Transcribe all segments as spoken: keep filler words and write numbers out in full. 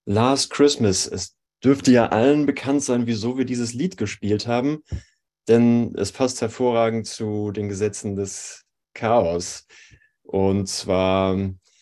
Last Christmas. Es dürfte ja allen bekannt sein, wieso wir dieses Lied gespielt haben, denn es passt hervorragend zu den Gesetzen des Chaos. Und zwar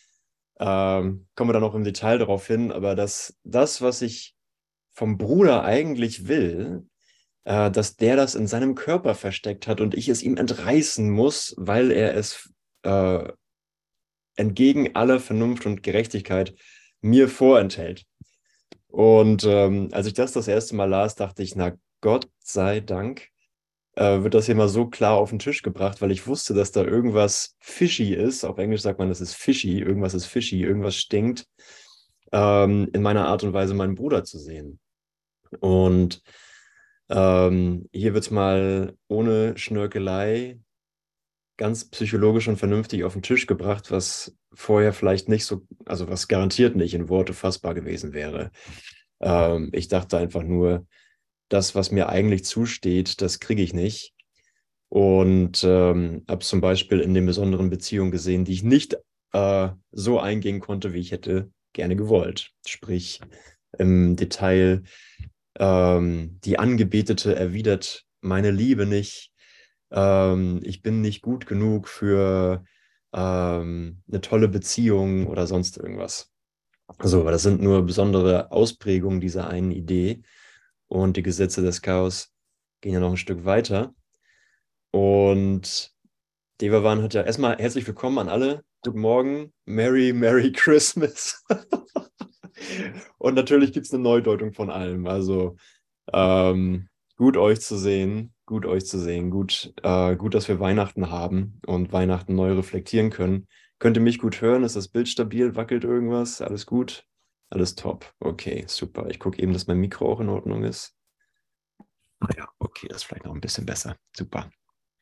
ähm, kommen wir dann noch im Detail darauf hin, aber dass das, was ich vom Bruder eigentlich will, äh, dass der das in seinem Körper versteckt hat und ich es ihm entreißen muss, weil er es äh, entgegen aller Vernunft und Gerechtigkeit mir vorenthält. Und ähm, als ich das das erste Mal las, dachte ich, na Gott sei Dank äh, wird das hier mal so klar auf den Tisch gebracht, weil ich wusste, dass da irgendwas fishy ist. Auf Englisch sagt man, das ist fishy, irgendwas ist fishy, irgendwas stinkt, ähm, in meiner Art und Weise meinen Bruder zu sehen. Und ähm, hier wird es mal ohne Schnörkelei ganz psychologisch und vernünftig auf den Tisch gebracht, was vorher vielleicht nicht so, also was garantiert nicht in Worte fassbar gewesen wäre. Ähm, ich dachte einfach nur, das, was mir eigentlich zusteht, das kriege ich nicht. Und ähm, habe zum Beispiel in den besonderen Beziehungen gesehen, die ich nicht äh, so eingehen konnte, wie ich hätte gerne gewollt. Sprich, im Detail, ähm, die Angebetete erwidert meine Liebe nicht. Ähm, ich bin nicht gut genug für ähm, eine tolle Beziehung oder sonst irgendwas. So, aber das sind nur besondere Ausprägungen dieser einen Idee. Und die Gesetze des Chaos gehen ja noch ein Stück weiter. Und Devavan hat ja erstmal herzlich willkommen an alle. Guten Morgen. Merry, Merry Christmas. Und natürlich gibt es eine Neudeutung von allem. Also ähm, gut euch zu sehen. Gut euch zu sehen. Gut, äh, gut, dass wir Weihnachten haben und Weihnachten neu reflektieren können. Könnt ihr mich gut hören? Ist das Bild stabil? Wackelt irgendwas? Alles gut? Alles top. Okay, super. Ich gucke eben, dass mein Mikro auch in Ordnung ist. Ah ja, okay, das ist vielleicht noch ein bisschen besser. Super.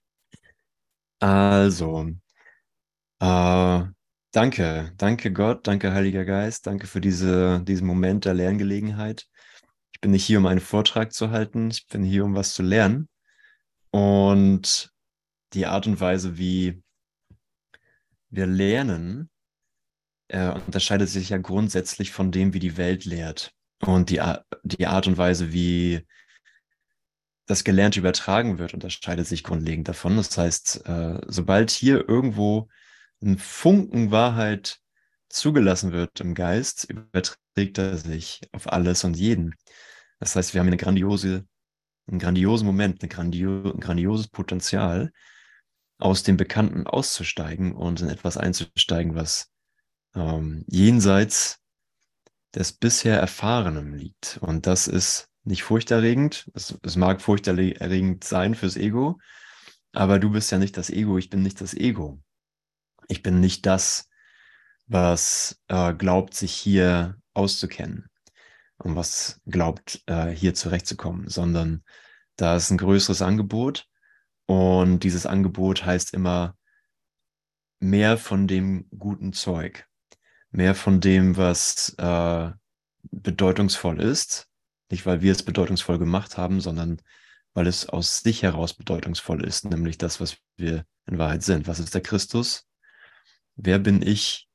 Also, äh, danke, danke Gott, danke Heiliger Geist, danke für diese, diesen Moment der Lerngelegenheit. Ich bin nicht hier, um einen Vortrag zu halten, ich bin hier, um was zu lernen. Und die Art und Weise, wie wir lernen, äh, unterscheidet sich ja grundsätzlich von dem, wie die Welt lehrt. Und die, Ar- die Art und Weise, wie das Gelernte übertragen wird, unterscheidet sich grundlegend davon. Das heißt, äh, sobald hier irgendwo ein Funken Wahrheit zugelassen wird im Geist, überträgt er sich auf alles und jeden. Das heißt, wir haben eine grandiose, einen grandiosen Moment, eine grandio ein grandioses Potenzial, aus dem Bekannten auszusteigen und in etwas einzusteigen, was ähm, jenseits des bisher Erfahrenen liegt. Und das ist nicht furchterregend. Es, es mag furchterregend sein fürs Ego, aber du bist ja nicht das Ego, ich bin nicht das Ego. Ich bin nicht das, was äh, glaubt, sich hier auszukennen und was glaubt, äh, hier zurechtzukommen, sondern da ist ein größeres Angebot und dieses Angebot heißt immer mehr von dem guten Zeug, mehr von dem, was äh, bedeutungsvoll ist, nicht weil wir es bedeutungsvoll gemacht haben, sondern weil es aus sich heraus bedeutungsvoll ist, nämlich das, was wir in Wahrheit sind. Was ist der Christus? Wer bin ich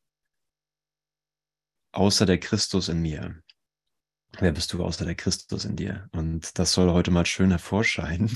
außer der Christus in mir? Wer bist du außer der Christus in dir? Und das soll heute mal schön hervorscheinen.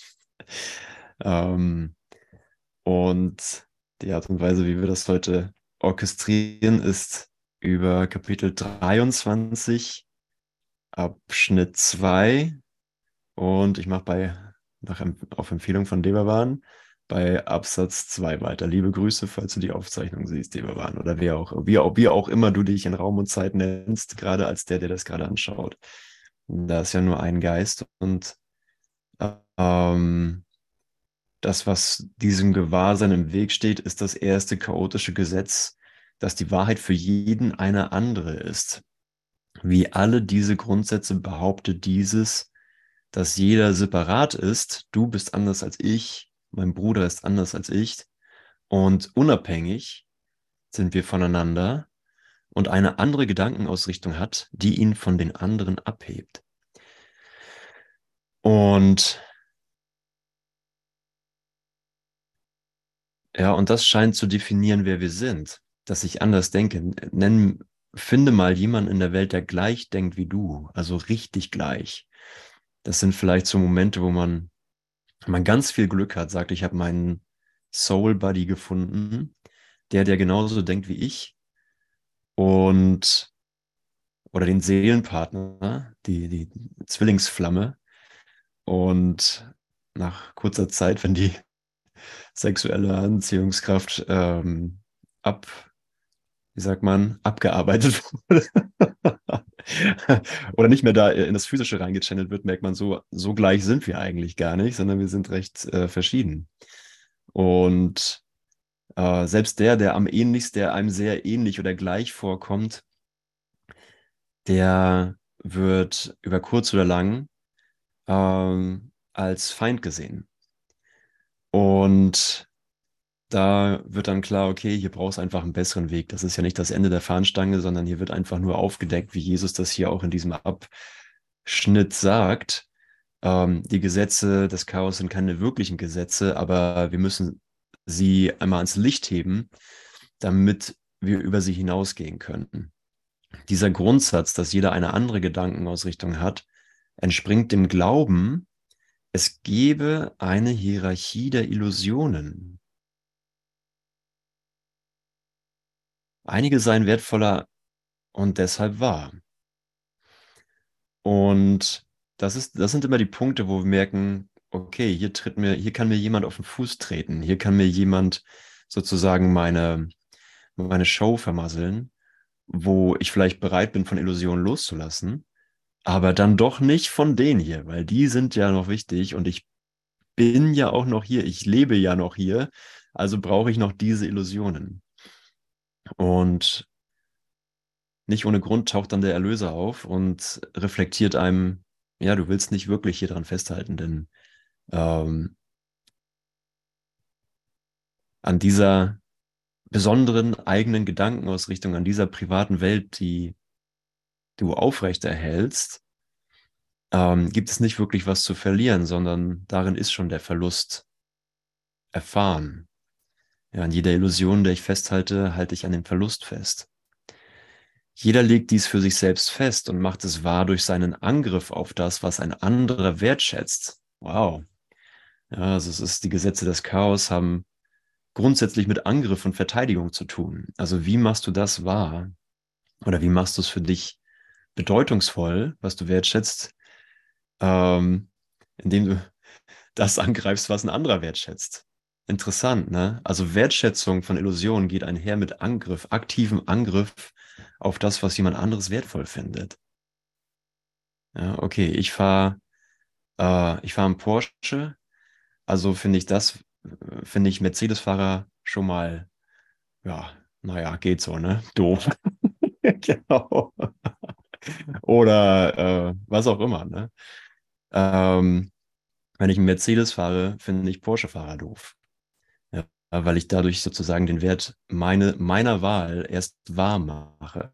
ähm, und die Art und Weise, wie wir das heute orchestrieren, ist über Kapitel dreiundzwanzig, Abschnitt zwei. Und ich mache bei, nach, auf Empfehlung von Devavan, bei Absatz zwei weiter. Liebe Grüße, falls du die Aufzeichnung siehst, Devavan. Oder wer auch, wie auch, wie auch immer du dich in Raum und Zeit nennst, gerade als der, der das gerade anschaut. Da ist ja nur ein Geist und ähm, das, was diesem Gewahrsein im Weg steht, ist das erste chaotische Gesetz, dass die Wahrheit für jeden eine andere ist. Wie alle diese Grundsätze behauptet dieses, dass jeder separat ist. Du bist anders als ich, mein Bruder ist anders als ich und unabhängig sind wir voneinander und eine andere Gedankenausrichtung hat, die ihn von den anderen abhebt. Und ja, und das scheint zu definieren, wer wir sind, dass ich anders denke. Nennen, finde mal jemanden in der Welt, der gleich denkt wie du, also richtig gleich. Das sind vielleicht so Momente, wo man, wenn man ganz viel Glück hat, sagt, ich habe meinen Soul Buddy gefunden, der, der genauso denkt wie ich und oder den Seelenpartner, die, die Zwillingsflamme. Und nach kurzer Zeit, wenn die sexuelle Anziehungskraft ähm, ab, wie sagt man, abgearbeitet wurde oder nicht mehr da in das Physische reingechannelt wird, merkt man so, so gleich sind wir eigentlich gar nicht, sondern wir sind recht äh, verschieden. Und äh, selbst der, der am ähnlichsten, der einem sehr ähnlich oder gleich vorkommt, der wird über kurz oder lang ähm, als Feind gesehen. Und da wird dann klar, okay, hier brauchst du einfach einen besseren Weg. Das ist ja nicht das Ende der Fahnenstange, sondern hier wird einfach nur aufgedeckt, wie Jesus das hier auch in diesem Abschnitt sagt. Ähm, die Gesetze des Chaos sind keine wirklichen Gesetze, aber wir müssen sie einmal ans Licht heben, damit wir über sie hinausgehen können. Dieser Grundsatz, dass jeder eine andere Gedankenausrichtung hat, entspringt dem Glauben, es gebe eine Hierarchie der Illusionen. Einige seien wertvoller und deshalb wahr. Und das ist, das sind immer die Punkte, wo wir merken, okay, hier tritt mir, hier kann mir jemand auf den Fuß treten, hier kann mir jemand sozusagen meine, meine Show vermasseln, wo ich vielleicht bereit bin, von Illusionen loszulassen, aber dann doch nicht von denen hier, weil die sind ja noch wichtig und ich bin ja auch noch hier, ich lebe ja noch hier, also brauche ich noch diese Illusionen. Und nicht ohne Grund taucht dann der Erlöser auf und reflektiert einem, ja, du willst nicht wirklich hier dran festhalten, denn ähm, an dieser besonderen eigenen Gedankenausrichtung, an dieser privaten Welt, die du aufrechterhältst, ähm, gibt es nicht wirklich was zu verlieren, sondern darin ist schon der Verlust erfahren. Ja, an jeder Illusion, der ich festhalte, halte ich an dem Verlust fest. Jeder legt dies für sich selbst fest und macht es wahr durch seinen Angriff auf das, was ein anderer wertschätzt. Wow. Ja, also es ist, die Gesetze des Chaos haben grundsätzlich mit Angriff und Verteidigung zu tun. Also wie machst du das wahr? Oder wie machst du es für dich bedeutungsvoll, was du wertschätzt, ähm, indem du das angreifst, was ein anderer wertschätzt? Interessant, ne? Also Wertschätzung von Illusionen geht einher mit Angriff, aktivem Angriff auf das, was jemand anderes wertvoll findet. Ja, okay, ich fahre äh, ich fahre einen Porsche, also finde ich das, äh, finde ich Mercedes-Fahrer schon mal, ja, naja, geht so, ne? Doof. Genau. Oder äh, was auch immer, ne? Ähm, wenn ich einen Mercedes fahre, finde ich Porsche-Fahrer doof. Ja, weil ich dadurch sozusagen den Wert meine, meiner Wahl erst wahr mache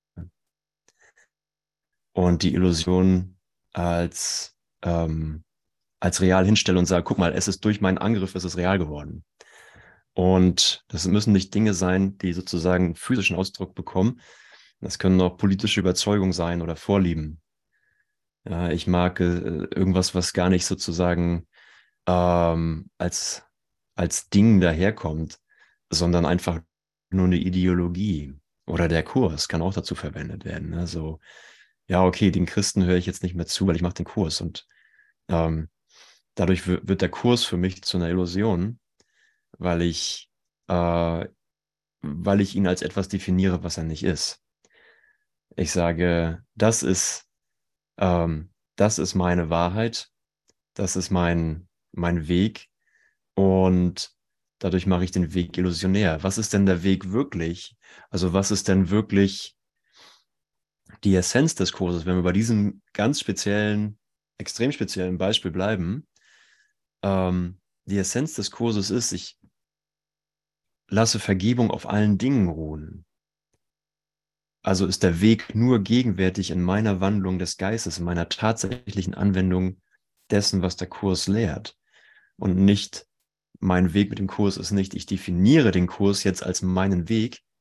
und die Illusion als, ähm, als real hinstelle und sage, guck mal, es ist durch meinen Angriff, es ist real geworden. Und das müssen nicht Dinge sein, die sozusagen physischen Ausdruck bekommen. Das können auch politische Überzeugungen sein oder Vorlieben. Ja, ich mag äh, irgendwas, was gar nicht sozusagen ähm, als, als Ding daherkommt, sondern einfach nur eine Ideologie. Oder der Kurs kann auch dazu verwendet werden. Ne? So, ja, okay, den Christen höre ich jetzt nicht mehr zu, weil ich mache den Kurs. Und ähm, dadurch wird der Kurs für mich zu einer Illusion, weil ich, äh, weil ich ihn als etwas definiere, was er nicht ist. Ich sage, das ist, ähm, das ist meine Wahrheit, das ist mein, mein Weg und dadurch mache ich den Weg illusionär. Was ist denn der Weg wirklich? Also was ist denn wirklich die Essenz des Kurses, wenn wir bei diesem ganz speziellen, extrem speziellen Beispiel bleiben? Ähm, die Essenz des Kurses ist, ich lasse Vergebung auf allen Dingen ruhen. Also ist der Weg nur gegenwärtig in meiner Wandlung des Geistes, in meiner tatsächlichen Anwendung dessen, was der Kurs lehrt. Und nicht, mein Weg mit dem Kurs ist nicht, ich definiere den Kurs jetzt als meinen Weg,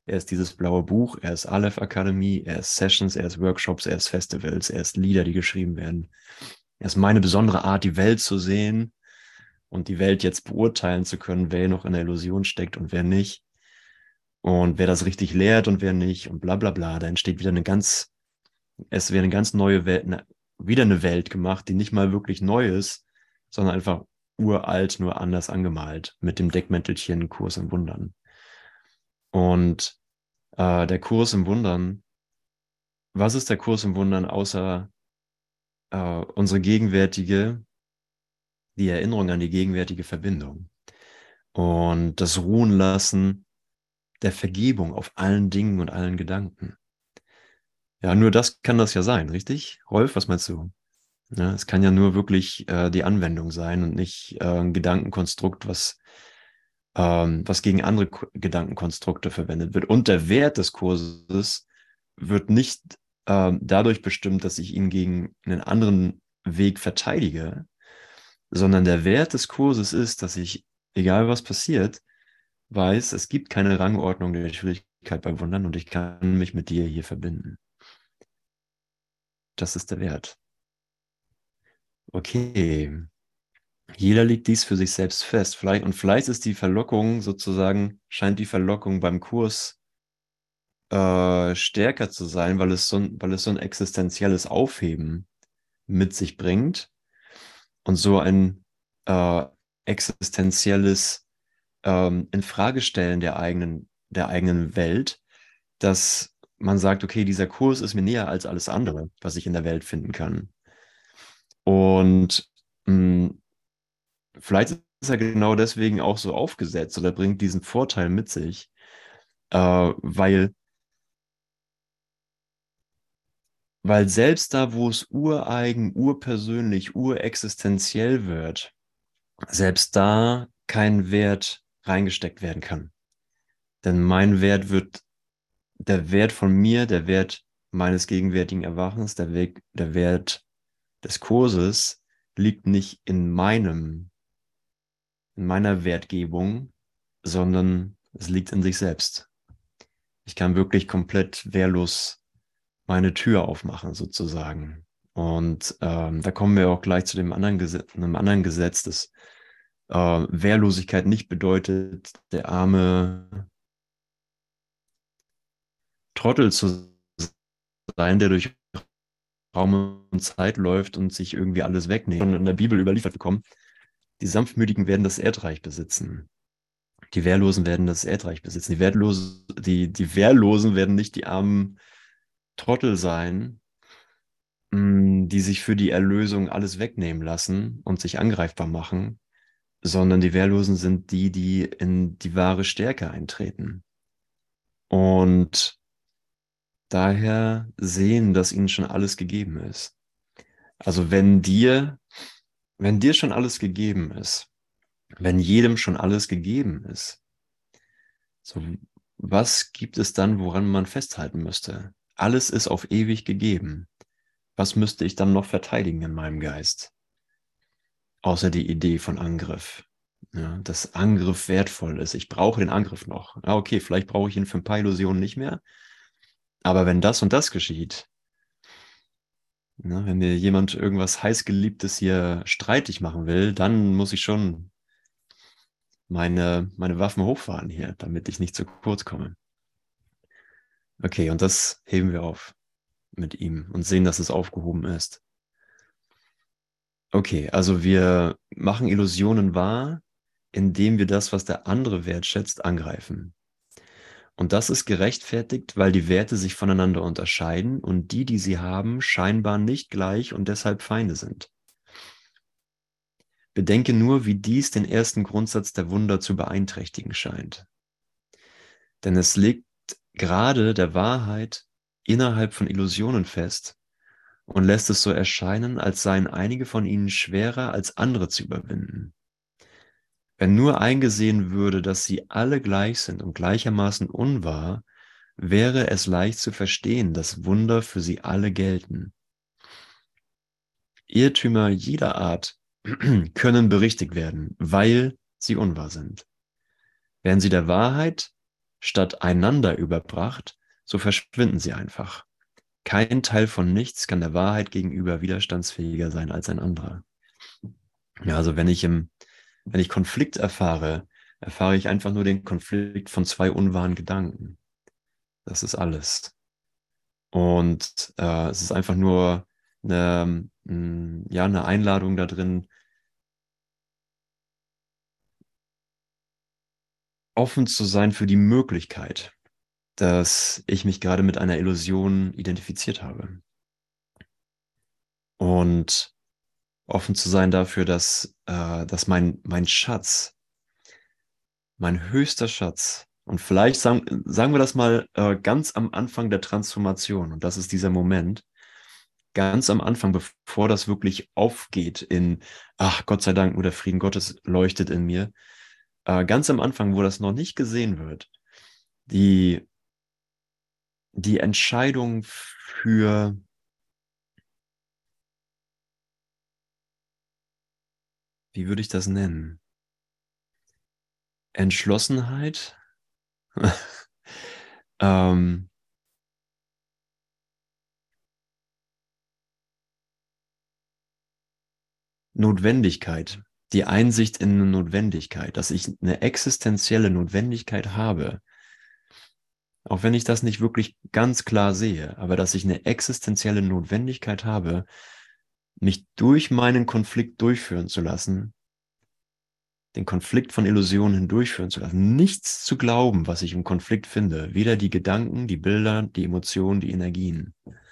Er ist dieses blaue Buch, er ist Aleph Akademie, er ist Sessions, er ist Workshops, er ist Festivals, er ist Lieder, die geschrieben werden. Er ist meine besondere Art, die Welt zu sehen und die Welt jetzt beurteilen zu können, wer noch in der Illusion steckt und wer nicht. Und wer das richtig lehrt und wer nicht und bla bla bla. Da entsteht wieder eine ganz, es wird eine ganz neue Welt, eine, wieder eine Welt gemacht, die nicht mal wirklich neu ist, sondern einfach uralt, nur anders angemalt, mit dem Deckmäntelchen Kurs im Wundern. Und äh, der Kurs im Wundern, was ist der Kurs im Wundern außer äh, unsere gegenwärtige, die Erinnerung an die gegenwärtige Verbindung und das Ruhen lassen der Vergebung auf allen Dingen und allen Gedanken. Ja, nur das kann das ja sein, richtig? Rolf, was meinst du? Ja, es kann ja nur wirklich äh, die Anwendung sein und nicht äh, ein Gedankenkonstrukt, was, ähm, was gegen andere Ko Gedankenkonstrukte verwendet wird. Und der Wert des Kurses wird nicht ähm, dadurch bestimmt, dass ich ihn gegen einen anderen Weg verteidige, sondern der Wert des Kurses ist, dass ich, egal was passiert, weiß, es gibt keine Rangordnung der Schwierigkeit bei Wundern und ich kann mich mit dir hier verbinden. Das ist der Wert. Okay. Jeder legt dies für sich selbst fest. Vielleicht, und vielleicht ist die Verlockung sozusagen, scheint die Verlockung beim Kurs äh, stärker zu sein, weil es, so ein, weil es so ein existenzielles Aufheben mit sich bringt und so ein äh, existenzielles ähm, Infragestellen der eigenen, der eigenen Welt, dass man sagt, okay, dieser Kurs ist mir näher als alles andere, was ich in der Welt finden kann. Und mh, vielleicht ist er genau deswegen auch so aufgesetzt oder bringt diesen Vorteil mit sich, äh, weil, weil selbst da, wo es ureigen, urpersönlich, urexistenziell wird, selbst da kein Wert reingesteckt werden kann. Denn mein Wert wird, der Wert von mir, der Wert meines gegenwärtigen Erwachens, der, Weg, der Wert des Kurses liegt nicht in meinem, in meiner Wertgebung, sondern es liegt in sich selbst. Ich kann wirklich komplett wehrlos meine Tür aufmachen, sozusagen. Und ähm, da kommen wir auch gleich zu dem anderen Gesetz, einem anderen Gesetz, dass äh, Wehrlosigkeit nicht bedeutet, der arme Trottel zu sein, der durch Raum und Zeit läuft und sich irgendwie alles wegnimmt. Und in der Bibel überliefert bekommen, die Sanftmütigen werden das Erdreich besitzen. Die Wehrlosen werden das Erdreich besitzen. Die, Wertlose, die, die Wehrlosen werden nicht die armen Trottel sein, die sich für die Erlösung alles wegnehmen lassen und sich angreifbar machen, sondern die Wehrlosen sind die, die in die wahre Stärke eintreten. Und daher sehen, dass ihnen schon alles gegeben ist. Also wenn dir, wenn dir schon alles gegeben ist, wenn jedem schon alles gegeben ist, so was gibt es dann, woran man festhalten müsste? Alles ist auf ewig gegeben. Was müsste ich dann noch verteidigen in meinem Geist? Außer die Idee von Angriff. Ja, dass Angriff wertvoll ist. Ich brauche den Angriff noch. Ah, okay, vielleicht brauche ich ihn für ein paar Illusionen nicht mehr. Aber wenn das und das geschieht, ne, wenn mir jemand irgendwas heißgeliebtes hier streitig machen will, dann muss ich schon meine, meine Waffen hochfahren hier, damit ich nicht zu kurz komme. Okay, und das heben wir auf mit ihm und sehen, dass es aufgehoben ist. Okay, also wir machen Illusionen wahr, indem wir das, was der andere wertschätzt, angreifen. Und das ist gerechtfertigt, weil die Werte sich voneinander unterscheiden und die, die sie haben, scheinbar nicht gleich und deshalb Feinde sind. Bedenke nur, wie dies den ersten Grundsatz der Wunder zu beeinträchtigen scheint. Denn es legt gerade der Wahrheit innerhalb von Illusionen fest und lässt es so erscheinen, als seien einige von ihnen schwerer als andere zu überwinden. Wenn nur eingesehen würde, dass sie alle gleich sind und gleichermaßen unwahr, wäre es leicht zu verstehen, dass Wunder für sie alle gelten. Irrtümer jeder Art können berichtigt werden, weil sie unwahr sind. Wären sie der Wahrheit statt einander überbracht, so verschwinden sie einfach. Kein Teil von nichts kann der Wahrheit gegenüber widerstandsfähiger sein als ein anderer. Ja, also wenn ich im, wenn ich Konflikt erfahre, erfahre ich einfach nur den Konflikt von zwei unwahren Gedanken. Das ist alles. Und äh, es ist einfach nur eine, mh, ja, eine Einladung da drin, offen zu sein für die Möglichkeit, dass ich mich gerade mit einer Illusion identifiziert habe. Und offen zu sein dafür, dass, äh, dass mein, mein Schatz, mein höchster Schatz, und vielleicht sagen, sagen wir das mal äh, ganz am Anfang der Transformation, und das ist dieser Moment, ganz am Anfang, bevor das wirklich aufgeht in, ach Gott sei Dank, nur der Frieden Gottes leuchtet in mir, äh, ganz am Anfang, wo das noch nicht gesehen wird, die, die Entscheidung für, wie würde ich das nennen? Entschlossenheit, ähm, Notwendigkeit, die Einsicht in eine Notwendigkeit, dass ich eine existenzielle Notwendigkeit habe, auch wenn ich das nicht wirklich ganz klar sehe, aber dass ich eine existenzielle Notwendigkeit habe, mich durch meinen Konflikt durchführen zu lassen, den Konflikt von Illusionen hindurchführen zu lassen, nichts zu glauben, was ich im Konflikt finde, weder die Gedanken, die Bilder, die Emotionen, die Energien,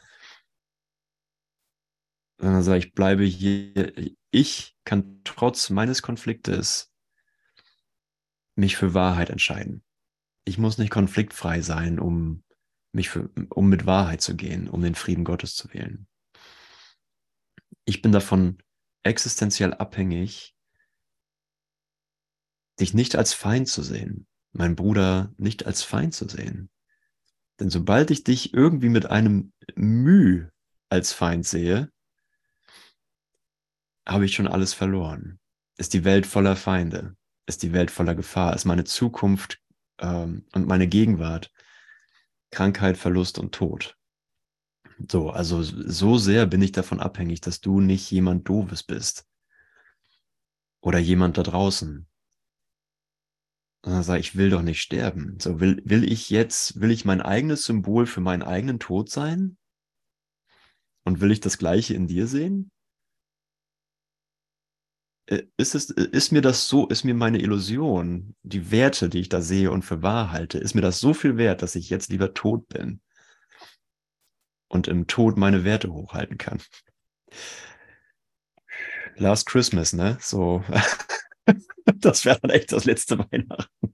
sondern sage ich, bleibe hier, ich kann trotz meines Konfliktes mich für Wahrheit entscheiden. Ich muss nicht konfliktfrei sein, um mich für, um mit Wahrheit zu gehen, um den Frieden Gottes zu wählen. Ich bin davon existenziell abhängig, dich nicht als Feind zu sehen, meinen Bruder nicht als Feind zu sehen. Denn sobald ich dich irgendwie mit einem Müh als Feind sehe, habe ich schon alles verloren. Ist die Welt voller Feinde? Ist die Welt voller Gefahr? Ist meine Zukunft ähm, und meine Gegenwart Krankheit, Verlust und Tod? So, also so sehr bin ich davon abhängig, dass du nicht jemand Doofes bist oder jemand da draußen. Und dann sage ich, ich will doch nicht sterben. So, will, will ich jetzt, will ich mein eigenes Symbol für meinen eigenen Tod sein? Und will ich das Gleiche in dir sehen? Äh, Ist es, äh, ist mir das so, ist mir meine Illusion, die Werte, die ich da sehe und für wahr halte, ist mir das so viel wert, dass ich jetzt lieber tot bin und im Tod meine Werte hochhalten kann? Last Christmas, ne? So, das wäre dann echt das letzte Weihnachten.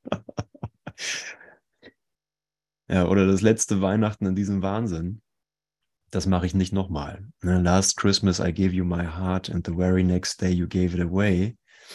Ja, oder das letzte Weihnachten in diesem Wahnsinn. Das mache ich nicht nochmal. Ne? Last Christmas I gave you my heart and the very next day you gave it away.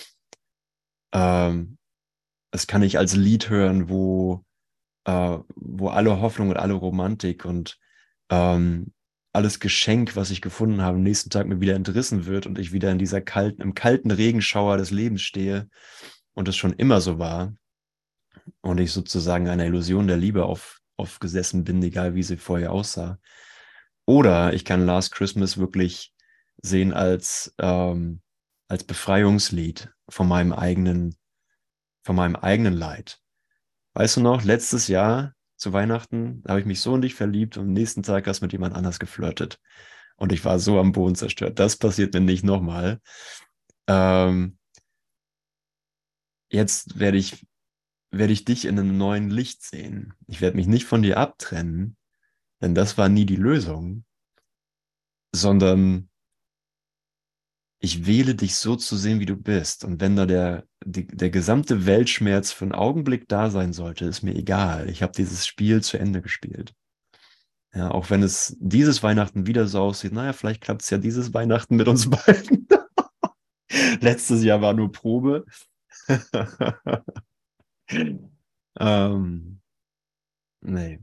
Ähm, das kann ich als Lied hören, wo, äh, wo alle Hoffnung und alle Romantik und ähm, alles Geschenk, was ich gefunden habe, am nächsten Tag mir wieder entrissen wird und ich wieder in dieser kalten, im kalten Regenschauer des Lebens stehe und es schon immer so war und ich sozusagen einer Illusion der Liebe auf, aufgesessen bin, egal wie sie vorher aussah. Oder ich kann Last Christmas wirklich sehen als, ähm, als Befreiungslied von meinem eigenen, von meinem eigenen Leid. Weißt du noch, letztes Jahr zu Weihnachten habe ich mich so in dich verliebt und am nächsten Tag hast du mit jemand anders geflirtet. Und ich war so am Boden zerstört. Das passiert mir nicht nochmal. Ähm, jetzt werde ich, werde ich dich in einem neuen Licht sehen. Ich werde mich nicht von dir abtrennen, denn das war nie die Lösung, sondern ich wähle dich so zu sehen, wie du bist. Und wenn da der, die, der gesamte Weltschmerz für einen Augenblick da sein sollte, ist mir egal. Ich habe dieses Spiel zu Ende gespielt. Ja, auch wenn es dieses Weihnachten wieder so aussieht, naja, vielleicht klappt es ja dieses Weihnachten mit uns beiden. Letztes Jahr war nur Probe. ähm, nee.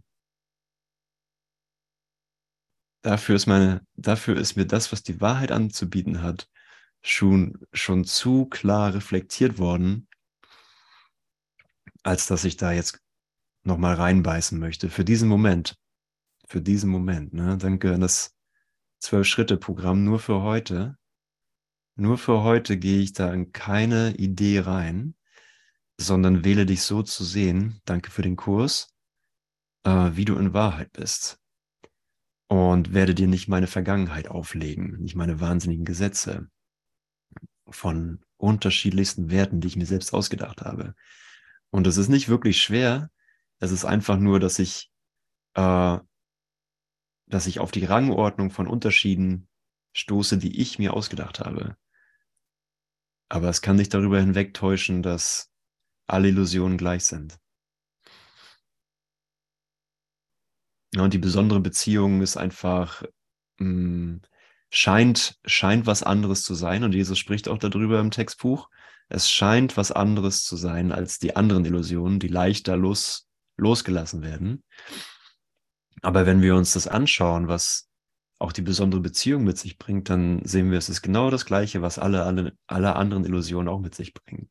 Dafür ist meine, dafür ist mir das, was die Wahrheit anzubieten hat, schon, schon zu klar reflektiert worden, als dass ich da jetzt nochmal reinbeißen möchte, für diesen Moment, für diesen Moment, ne? Danke an das Zwölf-Schritte-Programm nur für heute. Nur für heute gehe ich da in keine Idee rein, sondern wähle dich so zu sehen, danke für den Kurs, äh, wie du in Wahrheit bist. Und werde dir nicht meine Vergangenheit auflegen, nicht meine wahnsinnigen Gesetze von unterschiedlichsten Werten, die ich mir selbst ausgedacht habe. Und es ist nicht wirklich schwer, es ist einfach nur, dass ich, äh, dass ich auf die Rangordnung von Unterschieden stoße, die ich mir ausgedacht habe. Aber es kann nicht darüber hinwegtäuschen, dass alle Illusionen gleich sind. Ja, und die besondere Beziehung ist einfach, mh, scheint, scheint was anderes zu sein. Und Jesus spricht auch darüber im Textbuch. Es scheint was anderes zu sein als die anderen Illusionen, die leichter los, losgelassen werden. Aber wenn wir uns das anschauen, was auch die besondere Beziehung mit sich bringt, dann sehen wir, es ist genau das Gleiche, was alle, alle, alle anderen Illusionen auch mit sich bringen.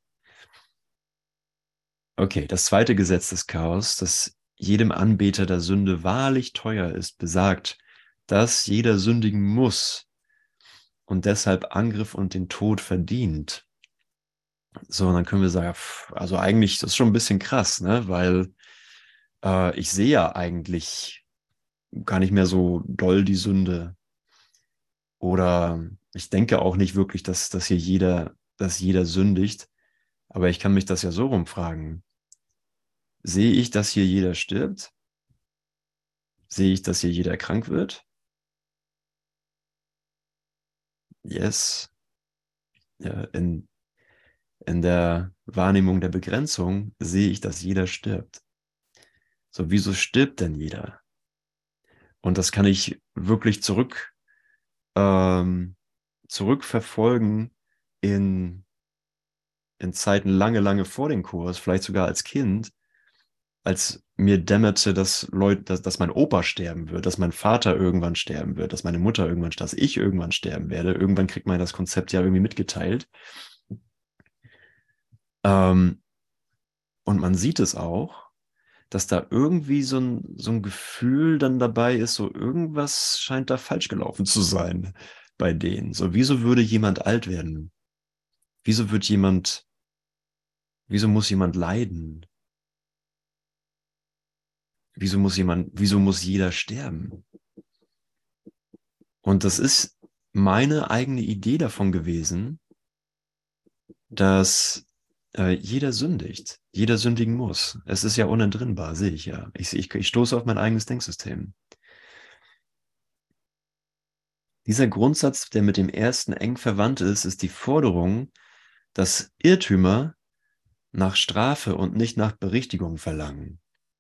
Okay, das zweite Gesetz des Chaos, das jedem Anbeter der Sünde wahrlich teuer ist, besagt, dass jeder sündigen muss und deshalb Angriff und den Tod verdient. So, und dann können wir sagen, pff, also eigentlich, das ist schon ein bisschen krass, ne? Weil äh, ich sehe ja eigentlich gar nicht mehr so doll die Sünde. Oder ich denke auch nicht wirklich, dass, dass hier jeder, dass jeder sündigt. Aber ich kann mich das ja so rumfragen. Sehe ich, dass hier jeder stirbt? Sehe ich, dass hier jeder krank wird? Yes. Ja, in, in der Wahrnehmung der Begrenzung sehe ich, dass jeder stirbt. So, wieso stirbt denn jeder? Und das kann ich wirklich zurück, ähm, zurückverfolgen in, in Zeiten lange, lange vor dem Kurs, vielleicht sogar als Kind, als mir dämmerte, dass Leute, dass, dass mein Opa sterben wird, dass mein Vater irgendwann sterben wird, dass meine Mutter irgendwann, dass ich irgendwann sterben werde. Irgendwann kriegt man das Konzept ja irgendwie mitgeteilt. Ähm, und man sieht es auch, dass da irgendwie so ein, so ein Gefühl dann dabei ist, so irgendwas scheint da falsch gelaufen zu sein bei denen. So, wieso würde jemand alt werden? Wieso wird jemand, wieso muss jemand leiden? Wieso muss jemand, wieso muss jeder sterben? Und das ist meine eigene Idee davon gewesen, dass äh, jeder sündigt, jeder sündigen muss. Es ist ja unentrinnbar, sehe ich ja. Ich, ich, ich stoße auf mein eigenes Denksystem. Dieser Grundsatz, der mit dem ersten eng verwandt ist, ist die Forderung, dass Irrtümer nach Strafe und nicht nach Berichtigung verlangen.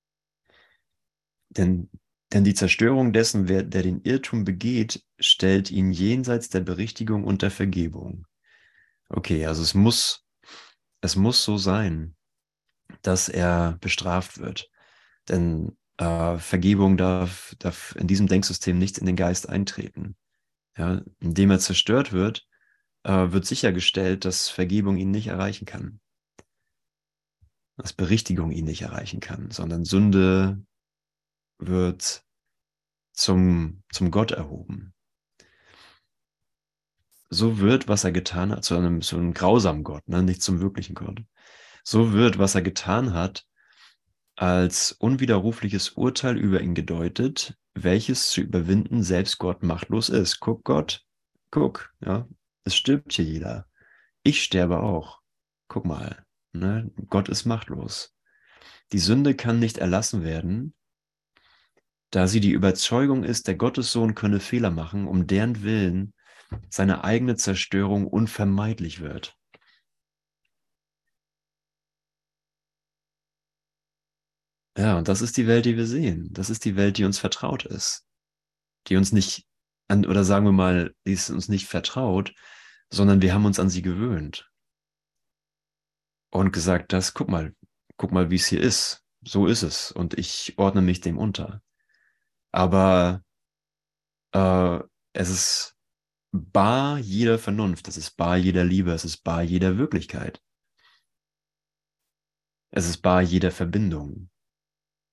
Denn, denn die Zerstörung dessen, wer, der den Irrtum begeht, stellt ihn jenseits der Berichtigung und der Vergebung. Okay, also es muss, es muss so sein, dass er bestraft wird. Denn äh, Vergebung darf, darf in diesem Denksystem nicht in den Geist eintreten. Ja, indem er zerstört wird, äh, wird sichergestellt, dass Vergebung ihn nicht erreichen kann. Dass Berichtigung ihn nicht erreichen kann, sondern Sünde wird zum, zum Gott erhoben. So wird, was er getan hat, zu einem, zu einem grausamen Gott, ne? Nicht zum wirklichen Gott. So wird, was er getan hat, als unwiderrufliches Urteil über ihn gedeutet, welches zu überwinden selbst Gott machtlos ist. Guck, Gott, guck, ja, es stirbt hier jeder. Ich sterbe auch. Guck mal, ne? Gott ist machtlos. Die Sünde kann nicht erlassen werden, da sie die Überzeugung ist, der Gottessohn könne Fehler machen, um deren Willen seine eigene Zerstörung unvermeidlich wird. Ja, und das ist die Welt, die wir sehen. Das ist die Welt, die uns vertraut ist. Die uns nicht an, oder sagen wir mal, die ist uns nicht vertraut, sondern wir haben uns an sie gewöhnt und gesagt, das, guck mal, guck mal, wie es hier ist. So ist es. Und ich ordne mich dem unter. Aber äh, es ist bar jeder Vernunft, es ist bar jeder Liebe, es ist bar jeder Wirklichkeit. Es ist bar jeder Verbindung.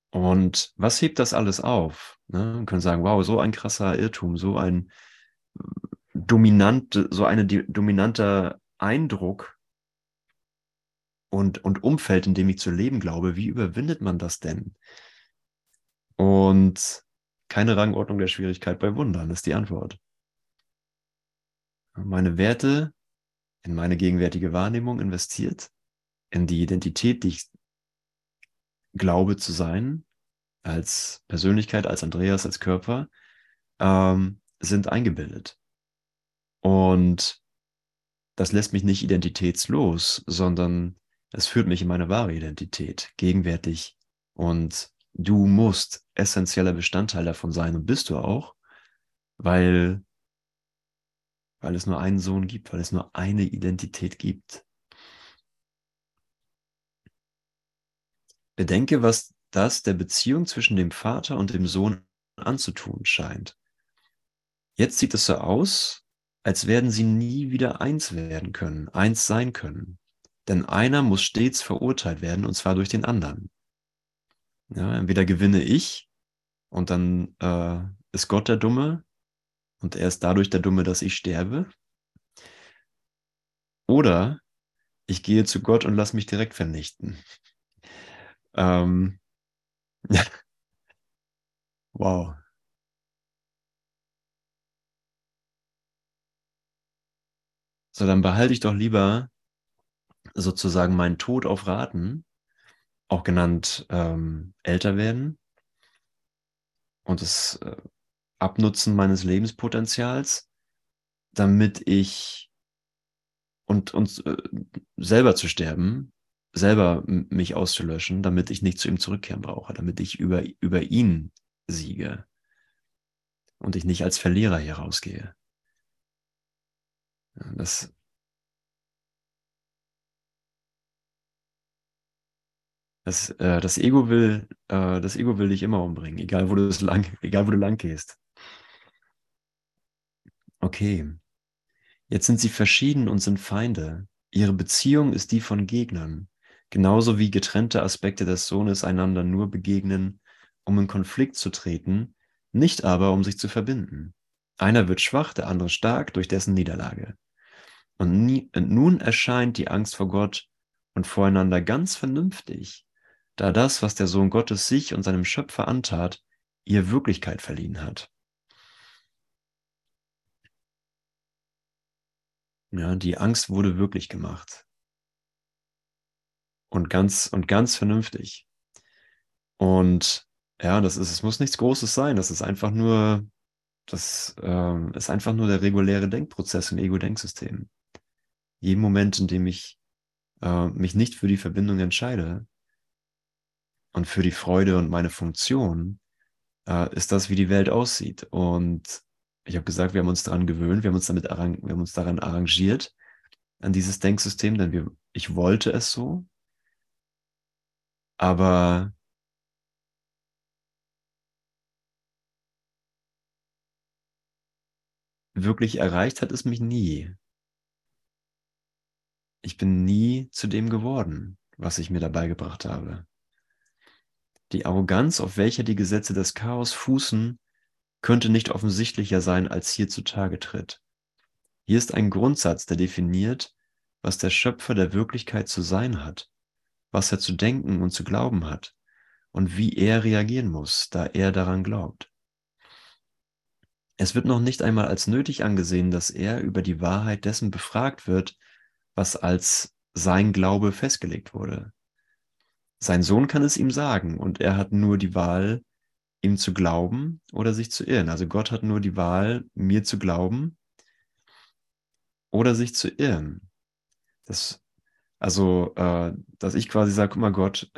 Und was hebt das alles auf? Ne? Wir können sagen, wow, so ein krasser Irrtum, so ein dominante, so eine di- dominanter Eindruck und, und Umfeld, in dem ich zu leben glaube. Wie überwindet man das denn? Und keine Rangordnung der Schwierigkeit bei Wundern ist die Antwort. Meine Werte in meine gegenwärtige Wahrnehmung investiert, in die Identität, die ich glaube zu sein, als Persönlichkeit, als Andreas, als Körper, ähm, sind eingebildet. Und das lässt mich nicht identitätslos, sondern es führt mich in meine wahre Identität, gegenwärtig. Und du musst essentieller Bestandteil davon sein und bist du auch, weil, weil es nur einen Sohn gibt, weil es nur eine Identität gibt. Bedenke, was das der Beziehung zwischen dem Vater und dem Sohn anzutun scheint. Jetzt sieht es so aus, als werden sie nie wieder eins werden können, eins sein können. Denn einer muss stets verurteilt werden, und zwar durch den anderen. Ja, entweder gewinne ich und dann äh, ist Gott der Dumme und er ist dadurch der Dumme, dass ich sterbe. Oder ich gehe zu Gott und lasse mich direkt vernichten. Ähm, wow. So, dann behalte ich doch lieber sozusagen meinen Tod auf Raten, auch genannt ähm, älter werden und das äh, Abnutzen meines Lebenspotenzials, damit ich und, und äh, selber zu sterben, selber m- mich auszulöschen, damit ich nicht zu ihm zurückkehren brauche, damit ich über, über ihn siege und ich nicht als Verlierer hier rausgehe. Ja, Das, das, äh, das Ego will, äh, das Ego will dich immer umbringen, egal wo du es lang, egal wo du lang gehst. Okay, jetzt sind sie verschieden und sind Feinde. Ihre Beziehung ist die von Gegnern, genauso wie getrennte Aspekte des Sohnes einander nur begegnen, um in Konflikt zu treten, nicht aber um sich zu verbinden. Einer wird schwach, der andere stark durch dessen Niederlage. Und, nie, und nun erscheint die Angst vor Gott und voreinander ganz vernünftig, da das, was der Sohn Gottes sich und seinem Schöpfer antat, ihr Wirklichkeit verliehen hat. Ja, die Angst wurde wirklich gemacht und ganz und ganz vernünftig. Und ja, das ist, es muss nichts Großes sein. Das ist einfach nur, das ähm, ist einfach nur der reguläre Denkprozess im Ego-Denksystem. Jeden Moment, in dem ich äh, mich nicht für die Verbindung entscheide und für die Freude und meine Funktion, äh, ist das, wie die Welt aussieht. Und ich habe gesagt, wir haben uns daran gewöhnt, wir haben uns damit arrang wir haben uns daran arrangiert, an dieses Denksystem, denn wir, ich wollte es so, aber wirklich erreicht hat es mich nie. Ich bin nie zu dem geworden, was ich mir dabei gebracht habe. Die Arroganz, auf welcher die Gesetze des Chaos fußen, könnte nicht offensichtlicher sein, als hier zutage tritt. Hier ist ein Grundsatz, der definiert, was der Schöpfer der Wirklichkeit zu sein hat, was er zu denken und zu glauben hat und wie er reagieren muss, da er daran glaubt. Es wird noch nicht einmal als nötig angesehen, dass er über die Wahrheit dessen befragt wird, was als sein Glaube festgelegt wurde. Sein Sohn kann es ihm sagen und er hat nur die Wahl, ihm zu glauben oder sich zu irren. Also Gott hat nur die Wahl, mir zu glauben oder sich zu irren. Das, also, äh, dass ich quasi sage, guck mal Gott,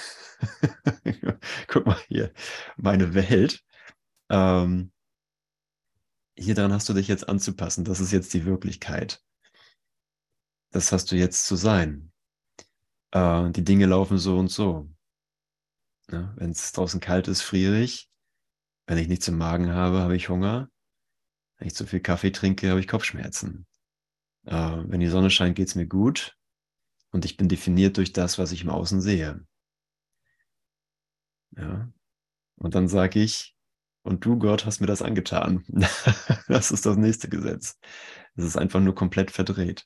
guck mal hier, meine Welt. Ähm, hier dran hast du dich jetzt anzupassen. Das ist jetzt die Wirklichkeit. Das hast du jetzt zu sein. Äh, die Dinge laufen so und so. Ja, wenn es draußen kalt ist, friere ich. Wenn ich nichts im Magen habe, habe ich Hunger. Wenn ich zu viel Kaffee trinke, habe ich Kopfschmerzen. Äh, wenn die Sonne scheint, geht es mir gut. Und ich bin definiert durch das, was ich im Außen sehe. Ja. Und dann sage ich, und du, Gott, hast mir das angetan. Das ist das nächste Gesetz. Es ist einfach nur komplett verdreht.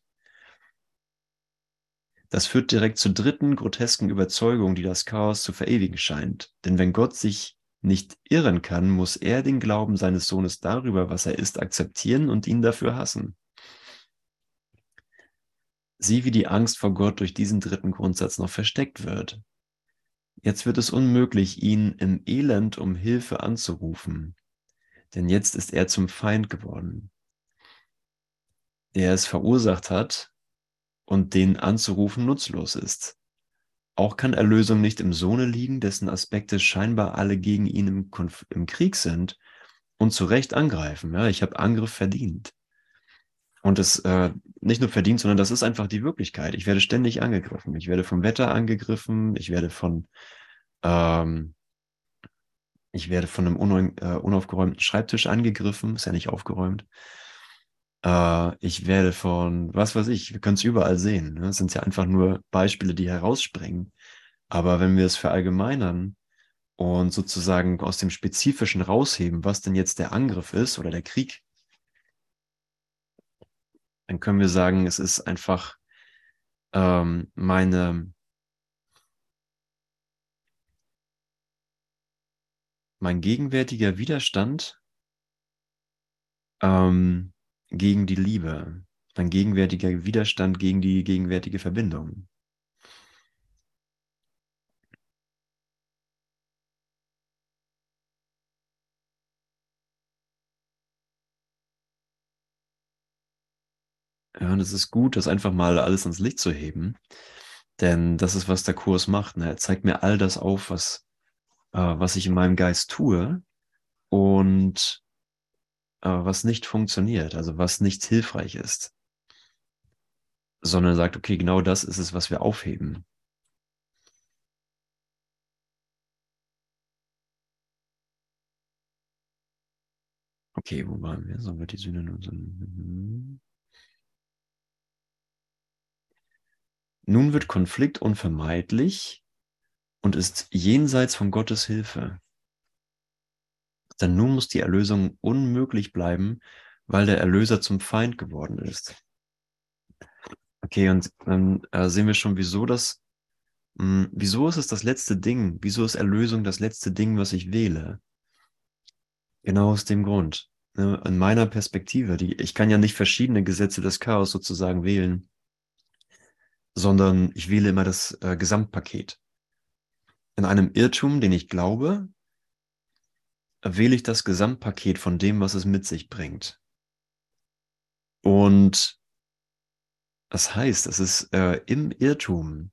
Das führt direkt zur dritten grotesken Überzeugung, die das Chaos zu verewigen scheint. Denn wenn Gott sich nicht irren kann, muss er den Glauben seines Sohnes darüber, was er ist, akzeptieren und ihn dafür hassen. Sieh, wie die Angst vor Gott durch diesen dritten Grundsatz noch versteckt wird. Jetzt wird es unmöglich, ihn im Elend um Hilfe anzurufen, denn jetzt ist er zum Feind geworden, der es verursacht hat und den anzurufen nutzlos ist. Auch kann Erlösung nicht im Sohne liegen, dessen Aspekte scheinbar alle gegen ihn im, Konf im Krieg sind und zu Recht angreifen. Ja, ich habe Angriff verdient. Und das äh, nicht nur verdient, sondern das ist einfach die Wirklichkeit. Ich werde ständig angegriffen. Ich werde vom Wetter angegriffen. Ich werde von, ähm, ich werde von einem unauf, äh, unaufgeräumten Schreibtisch angegriffen. Ist ja nicht aufgeräumt. Äh, ich werde von, was weiß ich, wir können es überall sehen. Ne? Das sind ja einfach nur Beispiele, die herausspringen. Aber wenn wir es verallgemeinern und sozusagen aus dem Spezifischen rausheben, was denn jetzt der Angriff ist oder der Krieg, dann können wir sagen, es ist einfach ähm, meine, mein gegenwärtiger Widerstand ähm, gegen die Liebe, mein gegenwärtiger Widerstand gegen die gegenwärtige Verbindung. Ja, und es ist gut, das einfach mal alles ans Licht zu heben, denn das ist, was der Kurs macht. Ne? Er zeigt mir all das auf, was, äh, was ich in meinem Geist tue und äh, was nicht funktioniert, also was nicht hilfreich ist, sondern sagt, okay, genau das ist es, was wir aufheben. Okay, wo waren wir? Sollen wir die Sühne nun so? Mhm. Nun wird Konflikt unvermeidlich und ist jenseits von Gottes Hilfe. Denn nun muss die Erlösung unmöglich bleiben, weil der Erlöser zum Feind geworden ist. Okay, und dann äh, sehen wir schon, wieso das, mh, wieso ist es das letzte Ding? Wieso ist Erlösung das letzte Ding, was ich wähle? Genau aus dem Grund. Ne, in meiner Perspektive, die, ich kann ja nicht verschiedene Gesetze des Chaos sozusagen wählen, sondern ich wähle immer das äh, Gesamtpaket. In einem Irrtum, den ich glaube, wähle ich das Gesamtpaket von dem, was es mit sich bringt. Und das heißt, es ist äh, im Irrtum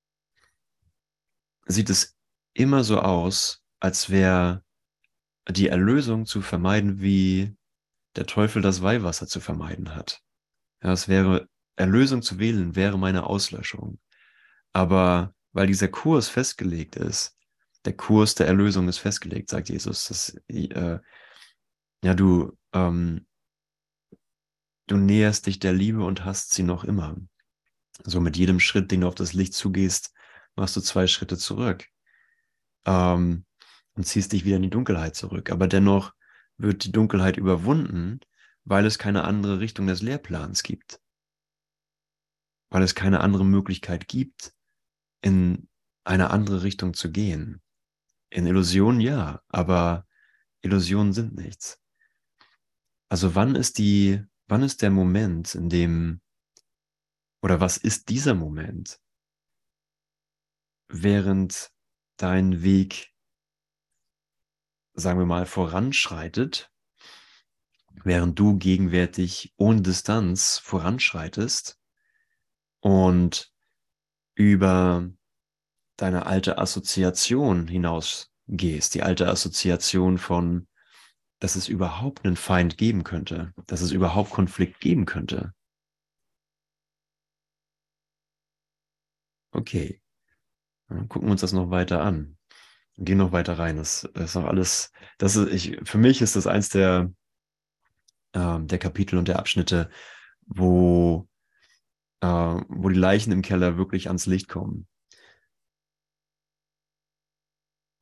sieht es immer so aus, als wäre die Erlösung zu vermeiden, wie der Teufel das Weihwasser zu vermeiden hat. Ja, es wäre, Erlösung zu wählen, wäre meine Auslöschung. Aber weil dieser Kurs festgelegt ist, der Kurs der Erlösung ist festgelegt, sagt Jesus, dass, äh, ja, du, ähm, du näherst dich der Liebe und hast sie noch immer. So mit jedem Schritt, den du auf das Licht zugehst, machst du zwei Schritte zurück ähm, und ziehst dich wieder in die Dunkelheit zurück. Aber dennoch wird die Dunkelheit überwunden, weil es keine andere Richtung des Lehrplans gibt. Weil es keine andere Möglichkeit gibt, in eine andere Richtung zu gehen. In Illusionen ja, aber Illusionen sind nichts. Also wann ist die, wann ist der Moment, in dem, oder was ist dieser Moment, während dein Weg, sagen wir mal, voranschreitet, während du gegenwärtig ohne Distanz voranschreitest und über deine alte Assoziation hinausgehst, die alte Assoziation von, dass es überhaupt einen Feind geben könnte, dass es überhaupt Konflikt geben könnte. Okay, dann gucken wir uns das noch weiter an. Gehen noch weiter rein. Das, das ist noch alles, das ist, ich, für mich ist das eins der, ähm, der Kapitel und der Abschnitte, wo, äh, wo die Leichen im Keller wirklich ans Licht kommen.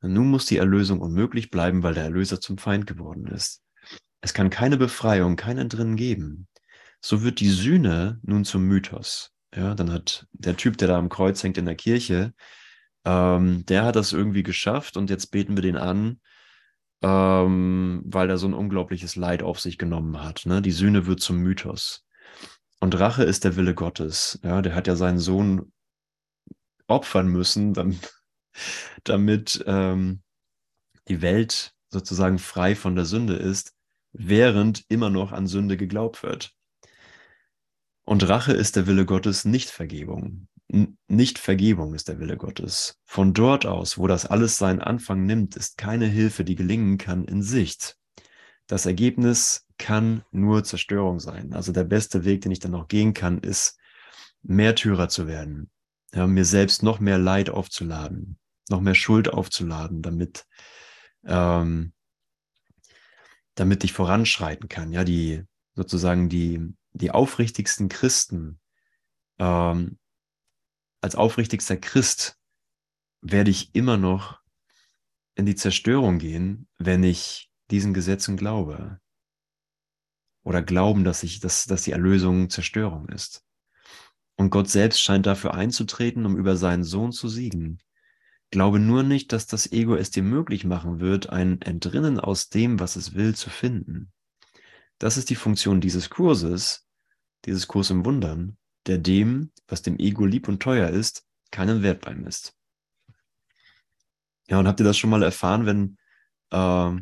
Nun muss die Erlösung unmöglich bleiben, weil der Erlöser zum Feind geworden ist. Es kann keine Befreiung, kein Entrinnen geben. So wird die Sühne nun zum Mythos. Ja, dann hat der Typ, der da am Kreuz hängt in der Kirche, ähm, der hat das irgendwie geschafft und jetzt beten wir den an, ähm, weil er so ein unglaubliches Leid auf sich genommen hat. Ne? Die Sühne wird zum Mythos. Und Rache ist der Wille Gottes. Ja, der hat ja seinen Sohn opfern müssen, damit, damit ähm, die Welt sozusagen frei von der Sünde ist, während immer noch an Sünde geglaubt wird. Und Rache ist der Wille Gottes, nicht Vergebung. N nicht Vergebung ist der Wille Gottes. Von dort aus, wo das alles seinen Anfang nimmt, ist keine Hilfe, die gelingen kann, in Sicht. Das Ergebnis kann nur Zerstörung sein. Also der beste Weg, den ich dann noch gehen kann, ist, Märtyrer zu werden. Ja, mir selbst noch mehr Leid aufzuladen, noch mehr Schuld aufzuladen, damit, ähm, damit ich voranschreiten kann. Ja, die sozusagen die, die aufrichtigsten Christen, ähm, als aufrichtigster Christ werde ich immer noch in die Zerstörung gehen, wenn ich diesen Gesetzen glaube. Oder glauben, dass ich, dass, dass die Erlösung Zerstörung ist. Und Gott selbst scheint dafür einzutreten, um über seinen Sohn zu siegen. Glaube nur nicht, dass das Ego es dir möglich machen wird, ein Entrinnen aus dem, was es will, zu finden. Das ist die Funktion dieses Kurses, dieses Kurs im Wundern, der dem, was dem Ego lieb und teuer ist, keinen Wert beimisst. Ja, und habt ihr das schon mal erfahren, wenn, äh,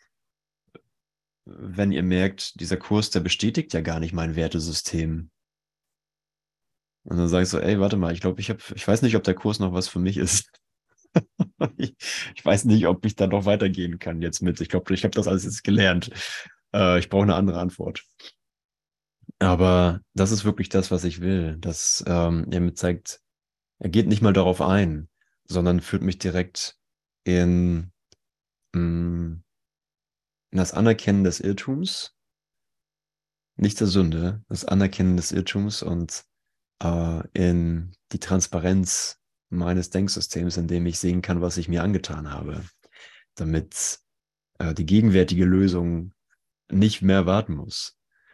wenn ihr merkt, dieser Kurs, der bestätigt ja gar nicht mein Wertesystem. Und dann sage ich so, ey, warte mal, ich glaube, ich habe, ich weiß nicht, ob der Kurs noch was für mich ist. Ich, ich weiß nicht, ob ich da noch weitergehen kann jetzt mit. Ich glaube, ich habe das alles jetzt gelernt. Äh, ich brauche eine andere Antwort. Aber das ist wirklich das, was ich will. Dass ähm, er mir zeigt, er geht nicht mal darauf ein, sondern führt mich direkt in, mh, in das Anerkennen des Irrtums, nicht der Sünde, das Anerkennen des Irrtums und äh, in die Transparenz meines Denksystems, in dem ich sehen kann, was ich mir angetan habe, damit äh, die gegenwärtige Lösung nicht mehr warten muss.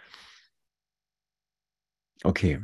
Okay.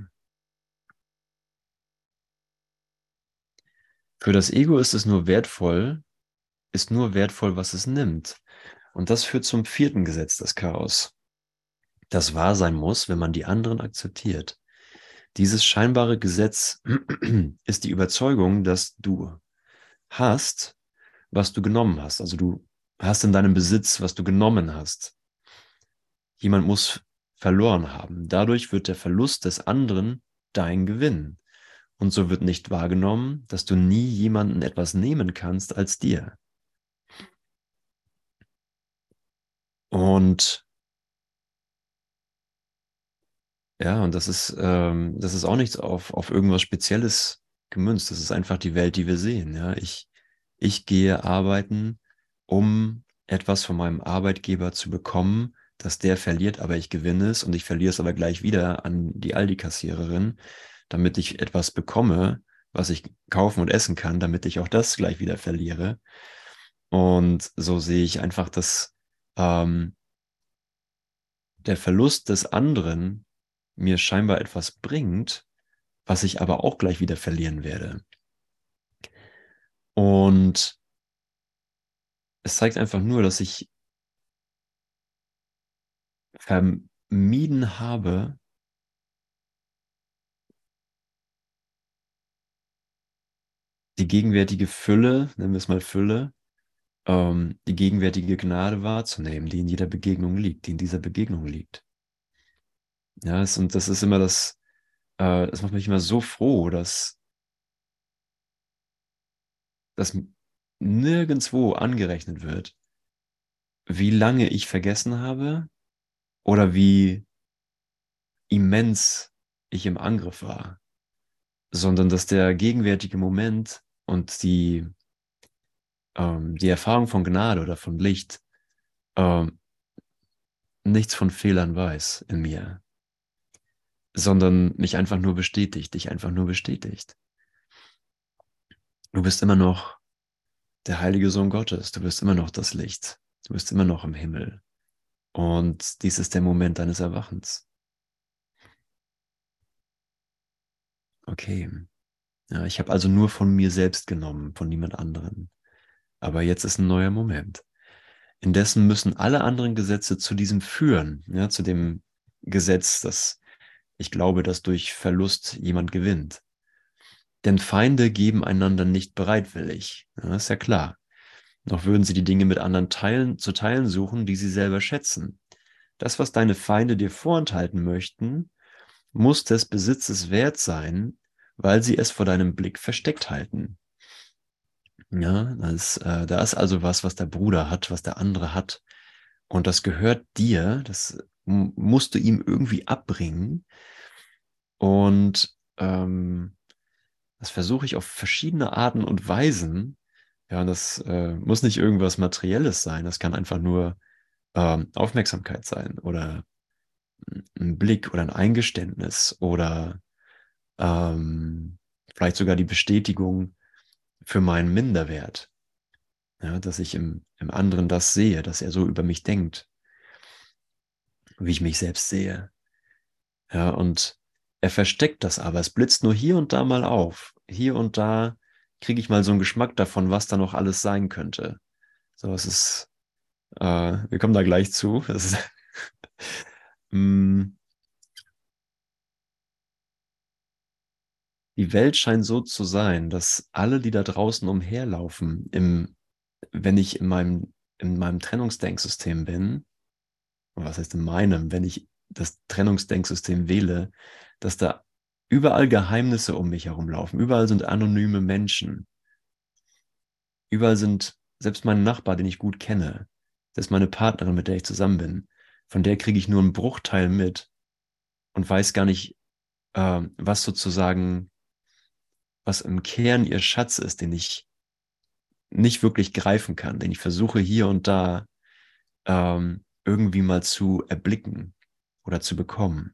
Für das Ego ist es nur wertvoll, ist nur wertvoll, was es nimmt. Und das führt zum vierten Gesetz des Chaos. Das wahr sein muss, wenn man die anderen akzeptiert. Dieses scheinbare Gesetz ist die Überzeugung, dass du hast, was du genommen hast. Also du hast in deinem Besitz, was du genommen hast. Jemand muss verloren haben. Dadurch wird der Verlust des anderen dein Gewinn. Und so wird nicht wahrgenommen, dass du nie jemanden etwas nehmen kannst als dir. Und ja, und das ist, ähm, das ist auch nichts auf, auf irgendwas Spezielles gemünzt. Das ist einfach die Welt, die wir sehen. Ja, ich, ich gehe arbeiten, um etwas von meinem Arbeitgeber zu bekommen, dass der verliert, aber ich gewinne es und ich verliere es aber gleich wieder an die Aldi-Kassiererin, damit ich etwas bekomme, was ich kaufen und essen kann, damit ich auch das gleich wieder verliere. Und so sehe ich einfach, dass ähm, der Verlust des anderen mir scheinbar etwas bringt, was ich aber auch gleich wieder verlieren werde. Und es zeigt einfach nur, dass ich vermieden habe, die gegenwärtige Fülle, nennen wir es mal Fülle, ähm, die gegenwärtige Gnade wahrzunehmen, die in jeder Begegnung liegt, die in dieser Begegnung liegt. Ja, es, und das ist immer das, äh, das macht mich immer so froh, dass das nirgendwo angerechnet wird, wie lange ich vergessen habe oder wie immens ich im Angriff war, sondern dass der gegenwärtige Moment und die, ähm, die Erfahrung von Gnade oder von Licht ähm, nichts von Fehlern weiß in mir, sondern mich einfach nur bestätigt, dich einfach nur bestätigt. Du bist immer noch der heilige Sohn Gottes. Du bist immer noch das Licht. Du bist immer noch im Himmel. Und dies ist der Moment deines Erwachens. Okay. Ja, ich habe also nur von mir selbst genommen, von niemand anderem. Aber jetzt ist ein neuer Moment. Indessen müssen alle anderen Gesetze zu diesem führen, ja, zu dem Gesetz, dass ich glaube, dass durch Verlust jemand gewinnt. Denn Feinde geben einander nicht bereitwillig. Ja, ist ja klar. Noch würden sie die Dinge mit anderen teilen, zu teilen suchen, die sie selber schätzen. Das, was deine Feinde dir vorenthalten möchten, muss des Besitzes wert sein, weil sie es vor deinem Blick versteckt halten. Ja, das, äh, da ist also was, was der Bruder hat, was der andere hat. Und das gehört dir, das m- musst du ihm irgendwie abbringen. Und ähm, das versuche ich auf verschiedene Arten und Weisen. Ja, und das äh, muss nicht irgendwas Materielles sein. Das kann einfach nur ähm, Aufmerksamkeit sein oder ein Blick oder ein Eingeständnis oder ähm, vielleicht sogar die Bestätigung für meinen Minderwert. Ja, dass ich im, im anderen das sehe, dass er so über mich denkt, wie ich mich selbst sehe. Ja, und er versteckt das aber. Es blitzt nur hier und da mal auf. Hier und da kriege ich mal so einen Geschmack davon, was da noch alles sein könnte. So, es ist, äh, wir kommen da gleich zu. Das ist, mh, die Welt scheint so zu sein, dass alle, die da draußen umherlaufen, im, wenn ich in meinem, in meinem Trennungsdenksystem bin, oder was heißt in meinem, wenn ich das Trennungsdenksystem wähle, dass da überall Geheimnisse um mich herum laufen. Überall sind anonyme Menschen. Überall sind selbst meine Nachbarn, den ich gut kenne, selbst meine Partnerin, mit der ich zusammen bin, von der kriege ich nur einen Bruchteil mit und weiß gar nicht, äh, was sozusagen, was im Kern ihr Schatz ist, den ich nicht wirklich greifen kann, den ich versuche hier und da ähm, irgendwie mal zu erblicken oder zu bekommen.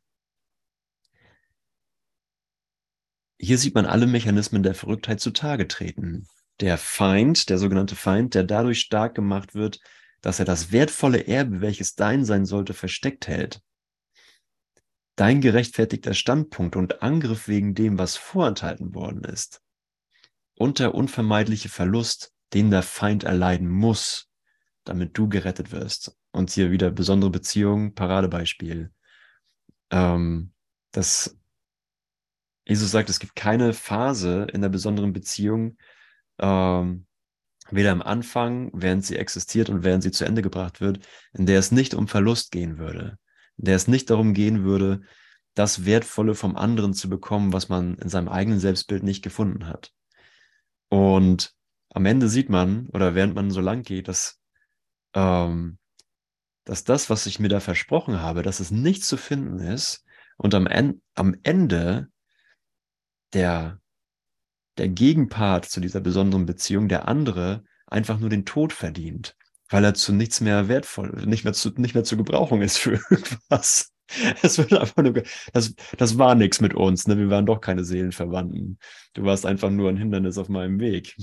Hier sieht man alle Mechanismen der Verrücktheit zutage treten. Der Feind, der sogenannte Feind, der dadurch stark gemacht wird, dass er das wertvolle Erbe, welches dein sein sollte, versteckt hält. Dein gerechtfertigter Standpunkt und Angriff wegen dem, was vorenthalten worden ist, und der unvermeidliche Verlust, den der Feind erleiden muss, damit du gerettet wirst. Und hier wieder besondere Beziehung, Paradebeispiel. Ähm, dass Jesus sagt, es gibt keine Phase in der besonderen Beziehung, ähm, weder am Anfang, während sie existiert und während sie zu Ende gebracht wird, in der es nicht um Verlust gehen würde, in der es nicht darum gehen würde, das Wertvolle vom anderen zu bekommen, was man in seinem eigenen Selbstbild nicht gefunden hat. Und am Ende sieht man, oder während man so lang geht, dass, ähm, dass das, was ich mir da versprochen habe, dass es nichts zu finden ist und am, en am Ende der der Gegenpart zu dieser besonderen Beziehung, der andere, einfach nur den Tod verdient, weil er zu nichts mehr wertvoll, nicht mehr zu, nicht mehr zu gebrauchen ist für irgendwas. Es wird einfach nur, das, das war nichts mit uns, ne? Wir waren doch keine Seelenverwandten. Du warst einfach nur ein Hindernis auf meinem Weg.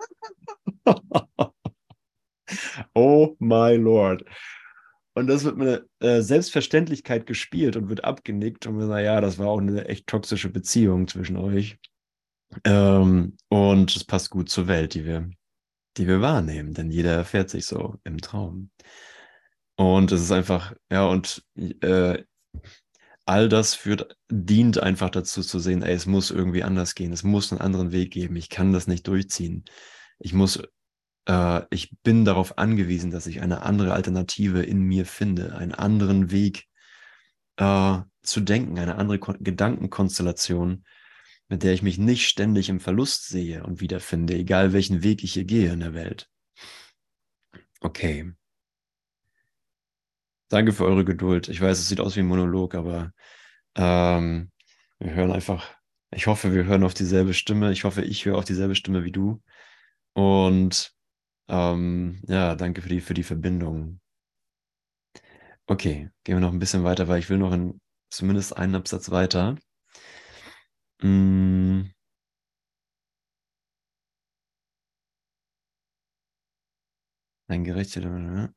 Oh my Lord. Und das wird mit einer äh, Selbstverständlichkeit gespielt und wird abgenickt. Und wir sagen, ja, das war auch eine echt toxische Beziehung zwischen euch. Ähm, und es passt gut zur Welt, die wir, die wir wahrnehmen, denn jeder erfährt sich so im Traum. Und es ist einfach, ja, und äh, all das führt, dient einfach dazu zu sehen, ey, es muss irgendwie anders gehen, es muss einen anderen Weg geben, ich kann das nicht durchziehen. Ich muss, äh, ich bin darauf angewiesen, dass ich eine andere Alternative in mir finde, einen anderen Weg äh, zu denken, eine andere Ko Gedankenkonstellation, mit der ich mich nicht ständig im Verlust sehe und wiederfinde, egal welchen Weg ich hier gehe in der Welt. Okay, danke für eure Geduld. Ich weiß, es sieht aus wie ein Monolog, aber ähm, wir hören einfach, ich hoffe, wir hören auf dieselbe Stimme. Ich hoffe, ich höre auf dieselbe Stimme wie du. Und ähm, ja, danke für die, für die Verbindung. Okay, gehen wir noch ein bisschen weiter, weil ich will noch in zumindest einen Absatz weiter. Mm, Dein Gerechte.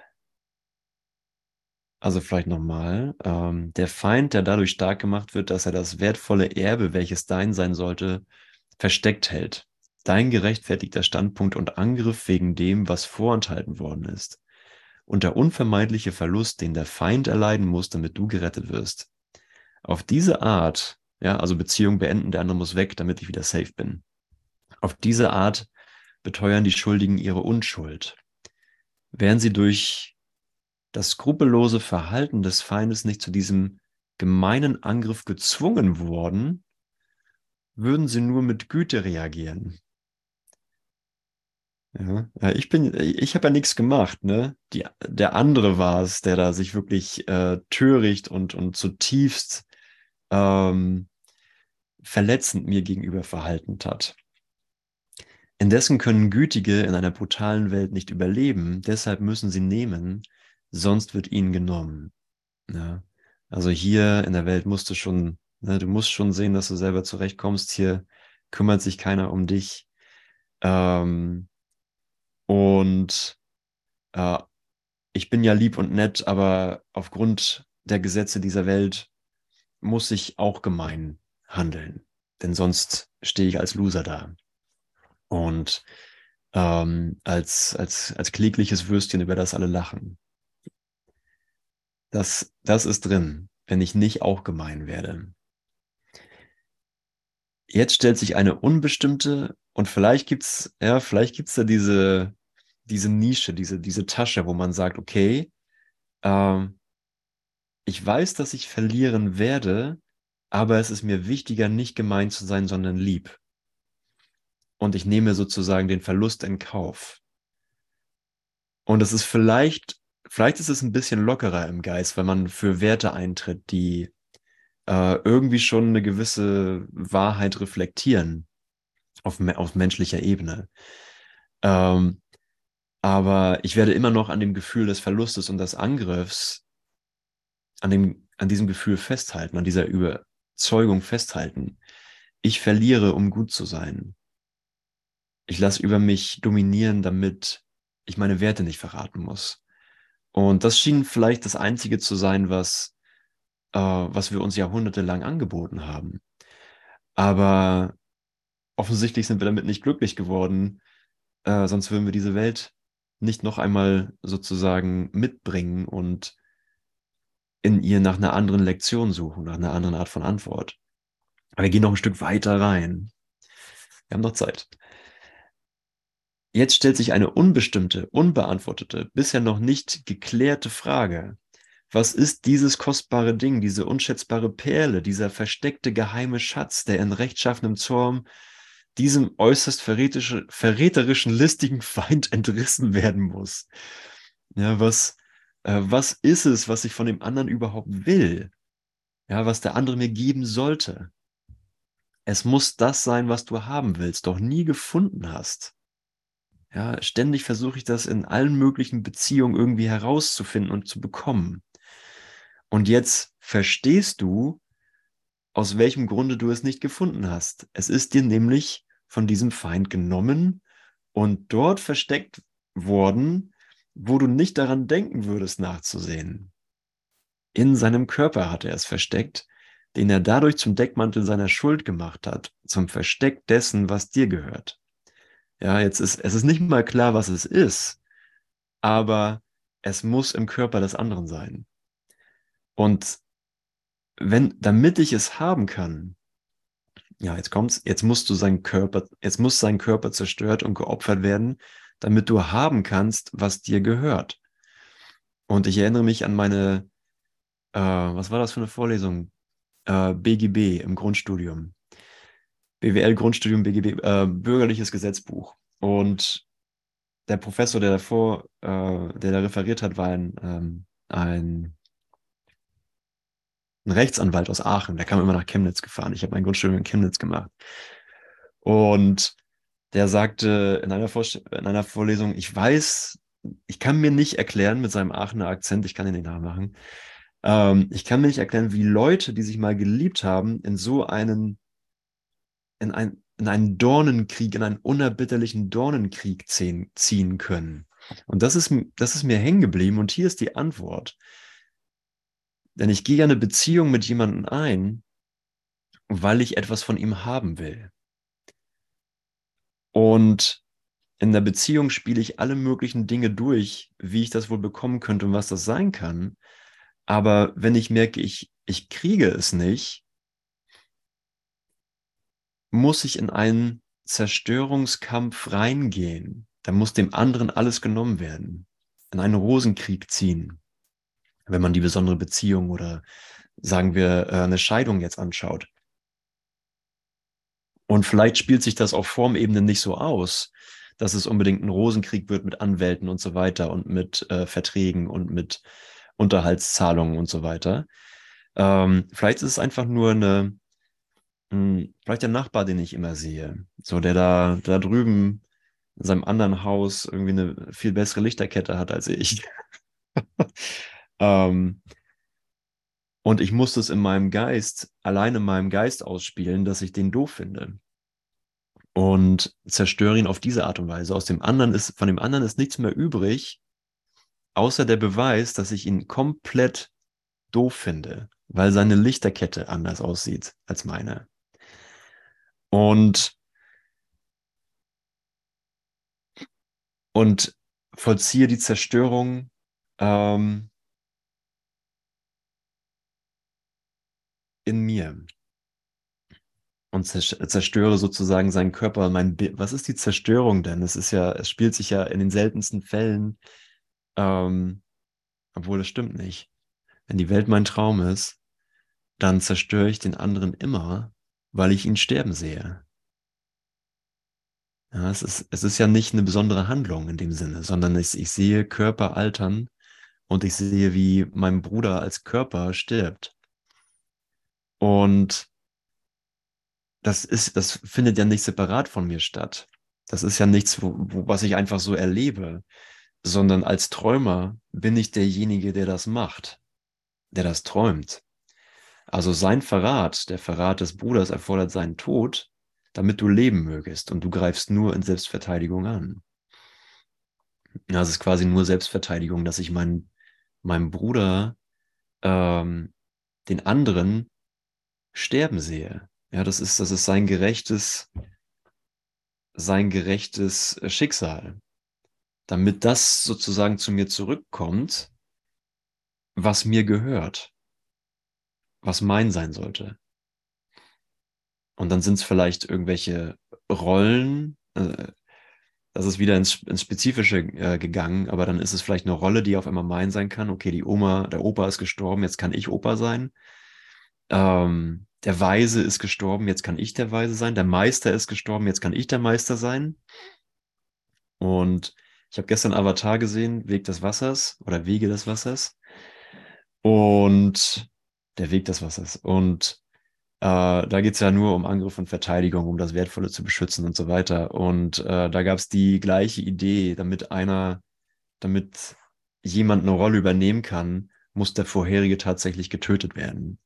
Also vielleicht nochmal. Ähm, der Feind, der dadurch stark gemacht wird, dass er das wertvolle Erbe, welches dein sein sollte, versteckt hält. Dein gerechtfertigter Standpunkt und Angriff wegen dem, was vorenthalten worden ist. Und der unvermeidliche Verlust, den der Feind erleiden muss, damit du gerettet wirst. Auf diese Art, ja, also Beziehung beenden, der andere muss weg, damit ich wieder safe bin. Auf diese Art beteuern die Schuldigen ihre Unschuld. Wären sie durch das skrupellose Verhalten des Feindes nicht zu diesem gemeinen Angriff gezwungen worden, würden sie nur mit Güte reagieren. Ja, ja, ich bin, ich habe ja nichts gemacht, ne? Die, der andere war es, der da sich wirklich äh, töricht und, und zutiefst ähm, verletzend mir gegenüber verhalten hat. Indessen können Gütige in einer brutalen Welt nicht überleben, deshalb müssen sie nehmen, sonst wird ihnen genommen. Ja. Also hier in der Welt musst du schon, ne, du musst schon sehen, dass du selber zurechtkommst. Hier kümmert sich keiner um dich. Ähm, und äh, ich bin ja lieb und nett, aber aufgrund der Gesetze dieser Welt muss ich auch gemein handeln. Denn sonst stehe ich als Loser da. Und ähm, als, als, als klägliches Würstchen, über das alle lachen. Das, das ist drin, wenn ich nicht auch gemein werde. Jetzt stellt sich eine unbestimmte und vielleicht gibt's, ja, vielleicht gibt's da diese, diese Nische, diese, diese Tasche, wo man sagt, okay, ähm, ich weiß, dass ich verlieren werde, aber es ist mir wichtiger, nicht gemein zu sein, sondern lieb. Und ich nehme sozusagen den Verlust in Kauf. Und es ist vielleicht, vielleicht ist es ein bisschen lockerer im Geist, wenn man für Werte eintritt, die äh, irgendwie schon eine gewisse Wahrheit reflektieren auf, me- auf menschlicher Ebene. Ähm, aber ich werde immer noch an dem Gefühl des Verlustes und des Angriffs, an dem, an diesem Gefühl festhalten, an dieser Überzeugung festhalten. Ich verliere, um gut zu sein. Ich lasse über mich dominieren, damit ich meine Werte nicht verraten muss. Und das schien vielleicht das Einzige zu sein, was, äh, was wir uns jahrhundertelang angeboten haben. Aber offensichtlich sind wir damit nicht glücklich geworden, äh, sonst würden wir diese Welt nicht noch einmal sozusagen mitbringen und in ihr nach einer anderen Lektion suchen, nach einer anderen Art von Antwort. Aber wir gehen noch ein Stück weiter rein. Wir haben noch Zeit. Jetzt stellt sich eine unbestimmte, unbeantwortete, bisher noch nicht geklärte Frage. Was ist dieses kostbare Ding, diese unschätzbare Perle, dieser versteckte geheime Schatz, der in rechtschaffenem Zorn diesem äußerst verräterische, verräterischen, listigen Feind entrissen werden muss? Ja, was, äh, was ist es, was ich von dem anderen überhaupt will? Ja, was der andere mir geben sollte? Es muss das sein, was du haben willst, doch nie gefunden hast. Ja, ständig versuche ich das in allen möglichen Beziehungen irgendwie herauszufinden und zu bekommen. Und jetzt verstehst du, aus welchem Grunde du es nicht gefunden hast. Es ist dir nämlich von diesem Feind genommen und dort versteckt worden, wo du nicht daran denken würdest, nachzusehen. In seinem Körper hat er es versteckt, den er dadurch zum Deckmantel seiner Schuld gemacht hat, zum Versteck dessen, was dir gehört. Ja, jetzt ist es ist nicht mal klar, was es ist, aber es muss im Körper des anderen sein. Und wenn, damit ich es haben kann, ja, jetzt kommt's, jetzt musst du seinen Körper, jetzt muss sein Körper zerstört und geopfert werden, damit du haben kannst, was dir gehört. Und ich erinnere mich an meine, äh, was war das für eine Vorlesung? Äh, B G B im Grundstudium. B W L-Grundstudium, B G B, äh, Bürgerliches Gesetzbuch. Und der Professor, der davor, äh, der da referiert hat, war ein, ähm, ein, ein Rechtsanwalt aus Aachen. Der kam immer nach Chemnitz gefahren. Ich habe mein Grundstudium in Chemnitz gemacht. Und der sagte in einer, Vorst in einer Vorlesung, ich weiß, ich kann mir nicht erklären mit seinem Aachener Akzent, ich kann ihn nicht nachmachen, ähm, ich kann mir nicht erklären, wie Leute, die sich mal geliebt haben, in so einen, in ein, in einen Dornenkrieg, in einen unerbitterlichen Dornenkrieg ziehen, ziehen können. Und das ist, das ist mir hängen geblieben und hier ist die Antwort. Denn ich gehe eine Beziehung mit jemandem ein, weil ich etwas von ihm haben will. Und in der Beziehung spiele ich alle möglichen Dinge durch, wie ich das wohl bekommen könnte und was das sein kann. Aber wenn ich merke, ich, ich kriege es nicht, muss ich in einen Zerstörungskampf reingehen. Da muss dem anderen alles genommen werden. In einen Rosenkrieg ziehen, wenn man die besondere Beziehung oder sagen wir äh, eine Scheidung jetzt anschaut. Und vielleicht spielt sich das auf Formebene nicht so aus, dass es unbedingt ein Rosenkrieg wird mit Anwälten und so weiter und mit äh, Verträgen und mit Unterhaltszahlungen und so weiter. Ähm, vielleicht ist es einfach nur eine, mh, vielleicht der Nachbar, den ich immer sehe, so der da, da drüben in seinem anderen Haus irgendwie eine viel bessere Lichterkette hat als ich. ähm, und ich muss das in meinem Geist, allein in meinem Geist ausspielen, dass ich den doof finde. Und zerstöre ihn auf diese Art und Weise. Aus dem anderen ist, von dem anderen ist nichts mehr übrig, außer der Beweis, dass ich ihn komplett doof finde, weil seine Lichterkette anders aussieht als meine. Und, und vollziehe die Zerstörung ähm, in mir und zerstöre sozusagen seinen Körper, mein Bild. Was ist die Zerstörung denn? Es ist ja, es spielt sich ja in den seltensten Fällen, ähm, obwohl das stimmt nicht. Wenn die Welt mein Traum ist, dann zerstöre ich den anderen immer, weil ich ihn sterben sehe. Ja, es ist, es ist ja nicht eine besondere Handlung in dem Sinne, sondern ich, ich sehe Körper altern und ich sehe, wie mein Bruder als Körper stirbt. Und das ist, das findet ja nicht separat von mir statt. Das ist ja nichts, wo, wo, was ich einfach so erlebe, sondern als Träumer bin ich derjenige, der das macht, der das träumt. Also sein Verrat, der Verrat des Bruders erfordert seinen Tod, damit du leben mögest und du greifst nur in Selbstverteidigung an. Ja, es ist quasi nur Selbstverteidigung, dass ich meinen meinen Bruder, ähm, den anderen sterben sehe. Ja, das ist, das ist sein gerechtes, sein gerechtes Schicksal. Damit das sozusagen zu mir zurückkommt, was mir gehört, was mein sein sollte. Und dann sind es vielleicht irgendwelche Rollen, äh, das ist wieder ins, ins Spezifische äh, gegangen, aber dann ist es vielleicht eine Rolle, die auf einmal mein sein kann. Okay, die Oma, der Opa ist gestorben, jetzt kann ich Opa sein. Ähm, der Weise ist gestorben, jetzt kann ich der Weise sein. Der Meister ist gestorben, jetzt kann ich der Meister sein. Und ich habe gestern Avatar gesehen, Weg des Wassers oder Wege des Wassers. Und der Weg des Wassers. Und Äh, da geht es ja nur um Angriff und Verteidigung, um das Wertvolle zu beschützen und so weiter. Und äh, da gab es die gleiche Idee, damit einer, damit jemand eine Rolle übernehmen kann, muss der vorherige tatsächlich getötet werden.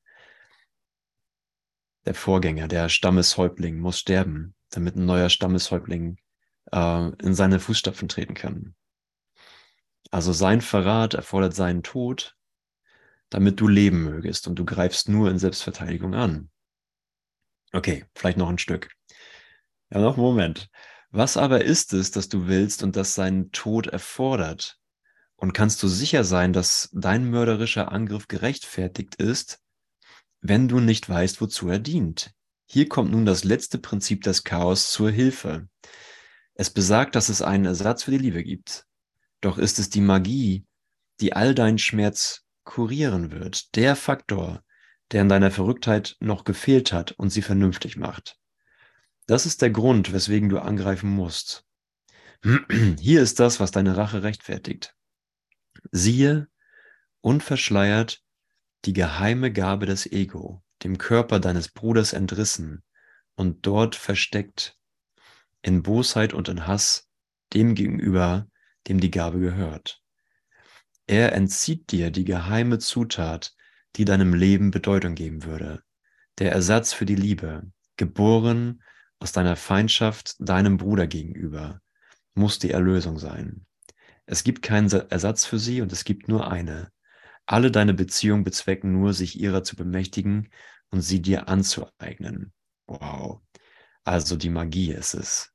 Der Vorgänger, der Stammeshäuptling, muss sterben, damit ein neuer Stammeshäuptling äh, in seine Fußstapfen treten kann. Also sein Verrat erfordert seinen Tod, damit du leben mögest und du greifst nur in Selbstverteidigung an. Okay, vielleicht noch ein Stück. Ja, noch einen Moment. Was aber ist es, das du willst und das seinen Tod erfordert? Und kannst du sicher sein, dass dein mörderischer Angriff gerechtfertigt ist, wenn du nicht weißt, wozu er dient? Hier kommt nun das letzte Prinzip des Chaos zur Hilfe. Es besagt, dass es einen Ersatz für die Liebe gibt. Doch ist es die Magie, die all deinen Schmerz kurieren wird, der Faktor, der in deiner Verrücktheit noch gefehlt hat und sie vernünftig macht. Das ist der Grund, weswegen du angreifen musst. Hier ist das, was deine Rache rechtfertigt. Siehe, unverschleiert, die geheime Gabe des Ego, dem Körper deines Bruders entrissen und dort versteckt, in Bosheit und in Hass, dem gegenüber, dem die Gabe gehört. Er entzieht dir die geheime Zutat, die deinem Leben Bedeutung geben würde. Der Ersatz für die Liebe, geboren aus deiner Feindschaft deinem Bruder gegenüber, muss die Erlösung sein. Es gibt keinen Ersatz für sie und es gibt nur eine. Alle deine Beziehungen bezwecken nur, sich ihrer zu bemächtigen und sie dir anzueignen. Wow. Also die Magie ist es.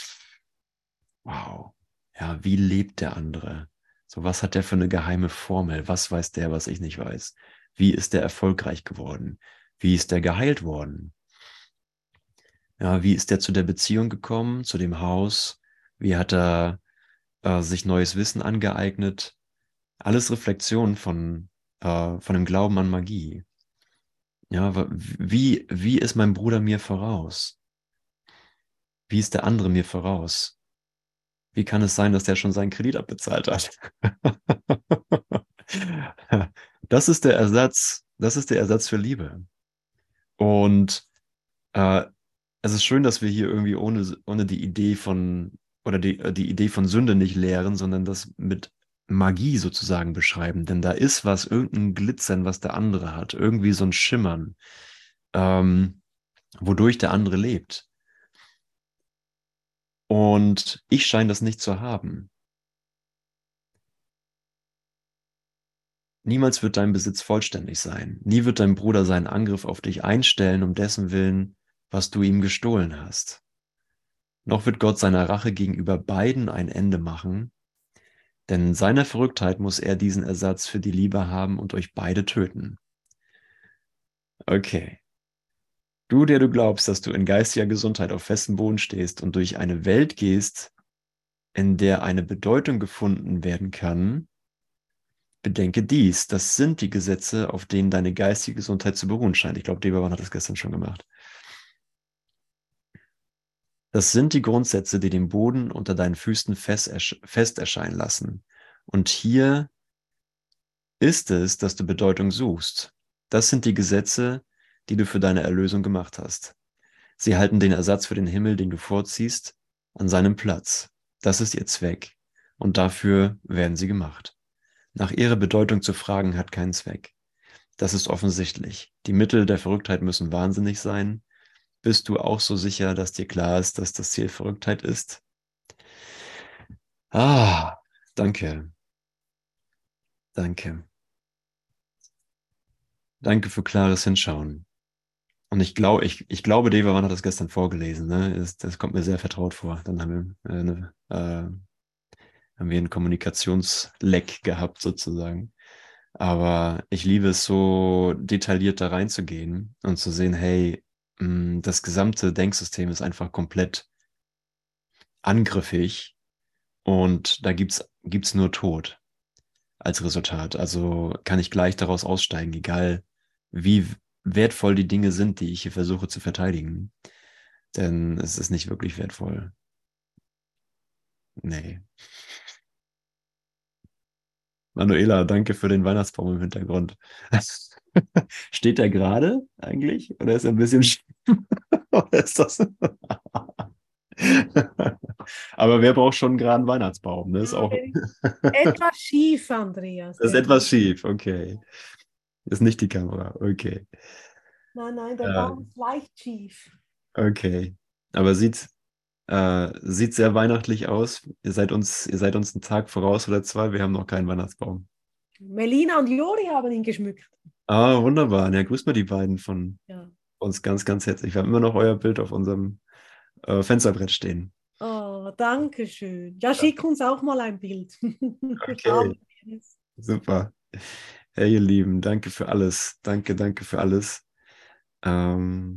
Wow. Ja, wie lebt der andere? So, was hat der für eine geheime Formel? Was weiß der, was ich nicht weiß? Wie ist der erfolgreich geworden? Wie ist der geheilt worden? Ja, wie ist der zu der Beziehung gekommen, zu dem Haus? Wie hat er äh, sich neues Wissen angeeignet? Alles Reflexionen von, äh, von dem Glauben an Magie. Ja, wa- wie, wie ist mein Bruder mir voraus? Wie ist der andere mir voraus? Wie kann es sein, dass der schon seinen Kredit abbezahlt hat? Das ist der Ersatz, das ist der Ersatz für Liebe. Und äh, es ist schön, dass wir hier irgendwie ohne, ohne die Idee von, oder die, äh, die Idee von Sünde nicht lehren, sondern das mit Magie sozusagen beschreiben. Denn da ist was, irgendein Glitzern, was der andere hat, irgendwie so ein Schimmern, ähm, wodurch der andere lebt. Und ich scheine das nicht zu haben. Niemals wird dein Besitz vollständig sein. Nie wird dein Bruder seinen Angriff auf dich einstellen, um dessen Willen, was du ihm gestohlen hast. Noch wird Gott seiner Rache gegenüber beiden ein Ende machen, denn in seiner Verrücktheit muss er diesen Ersatz für die Liebe haben und euch beide töten. Okay. Du, der du glaubst, dass du in geistiger Gesundheit auf festem Boden stehst und durch eine Welt gehst, in der eine Bedeutung gefunden werden kann, bedenke dies, das sind die Gesetze, auf denen deine geistige Gesundheit zu beruhen scheint. Ich glaube, Debermann hat das gestern schon gemacht. Das sind die Grundsätze, die den Boden unter deinen Füßen fest, ersch fest erscheinen lassen. Und hier ist es, dass du Bedeutung suchst. Das sind die Gesetze, die du für deine Erlösung gemacht hast. Sie halten den Ersatz für den Himmel, den du vorziehst, an seinem Platz. Das ist ihr Zweck. Und dafür werden sie gemacht. Nach ihrer Bedeutung zu fragen, hat keinen Zweck. Das ist offensichtlich. Die Mittel der Verrücktheit müssen wahnsinnig sein. Bist du auch so sicher, dass dir klar ist, dass das Ziel Verrücktheit ist? Ah, danke. Danke. Danke für klares Hinschauen. Und ich glaube, ich, ich glaube, Devavan hat das gestern vorgelesen, ne? Das, das kommt mir sehr vertraut vor. Dann haben wir, äh, eine, äh, haben wir einen Kommunikationsleck gehabt, sozusagen. Aber ich liebe es so detailliert da reinzugehen und zu sehen, hey, mh, das gesamte Denksystem ist einfach komplett angriffig und da gibt's, gibt's nur Tod als Resultat. Also kann ich gleich daraus aussteigen, egal wie wertvoll die Dinge sind, die ich hier versuche zu verteidigen. Denn es ist nicht wirklich wertvoll. Nee. Manuela, danke für den Weihnachtsbaum im Hintergrund. Steht der gerade eigentlich? Oder ist er ein bisschen schief? Oder ist das? Aber wer braucht schon einen geraden Weihnachtsbaum? Das ist Ja, auch. der ist etwas schief, Andreas. Das ist Der. etwas schief, okay. Ist nicht die Kamera, okay. Nein, nein, der Äh, Baum ist leicht schief. okay. Aber sieht, äh, sieht sehr weihnachtlich aus. Ihr seid uns, ihr seid uns einen Tag voraus oder zwei. Wir haben noch keinen Weihnachtsbaum. Melina und Jori haben ihn geschmückt. Ah, wunderbar. Ja, grüßt mal die beiden von Ja. uns ganz, ganz herzlich. Wir haben immer noch euer Bild auf unserem äh, Fensterbrett stehen. Oh, danke schön. Ja, schick uns auch mal ein Bild. Okay, super. Hey, ihr Lieben, danke für alles. Danke, danke für alles. Ähm,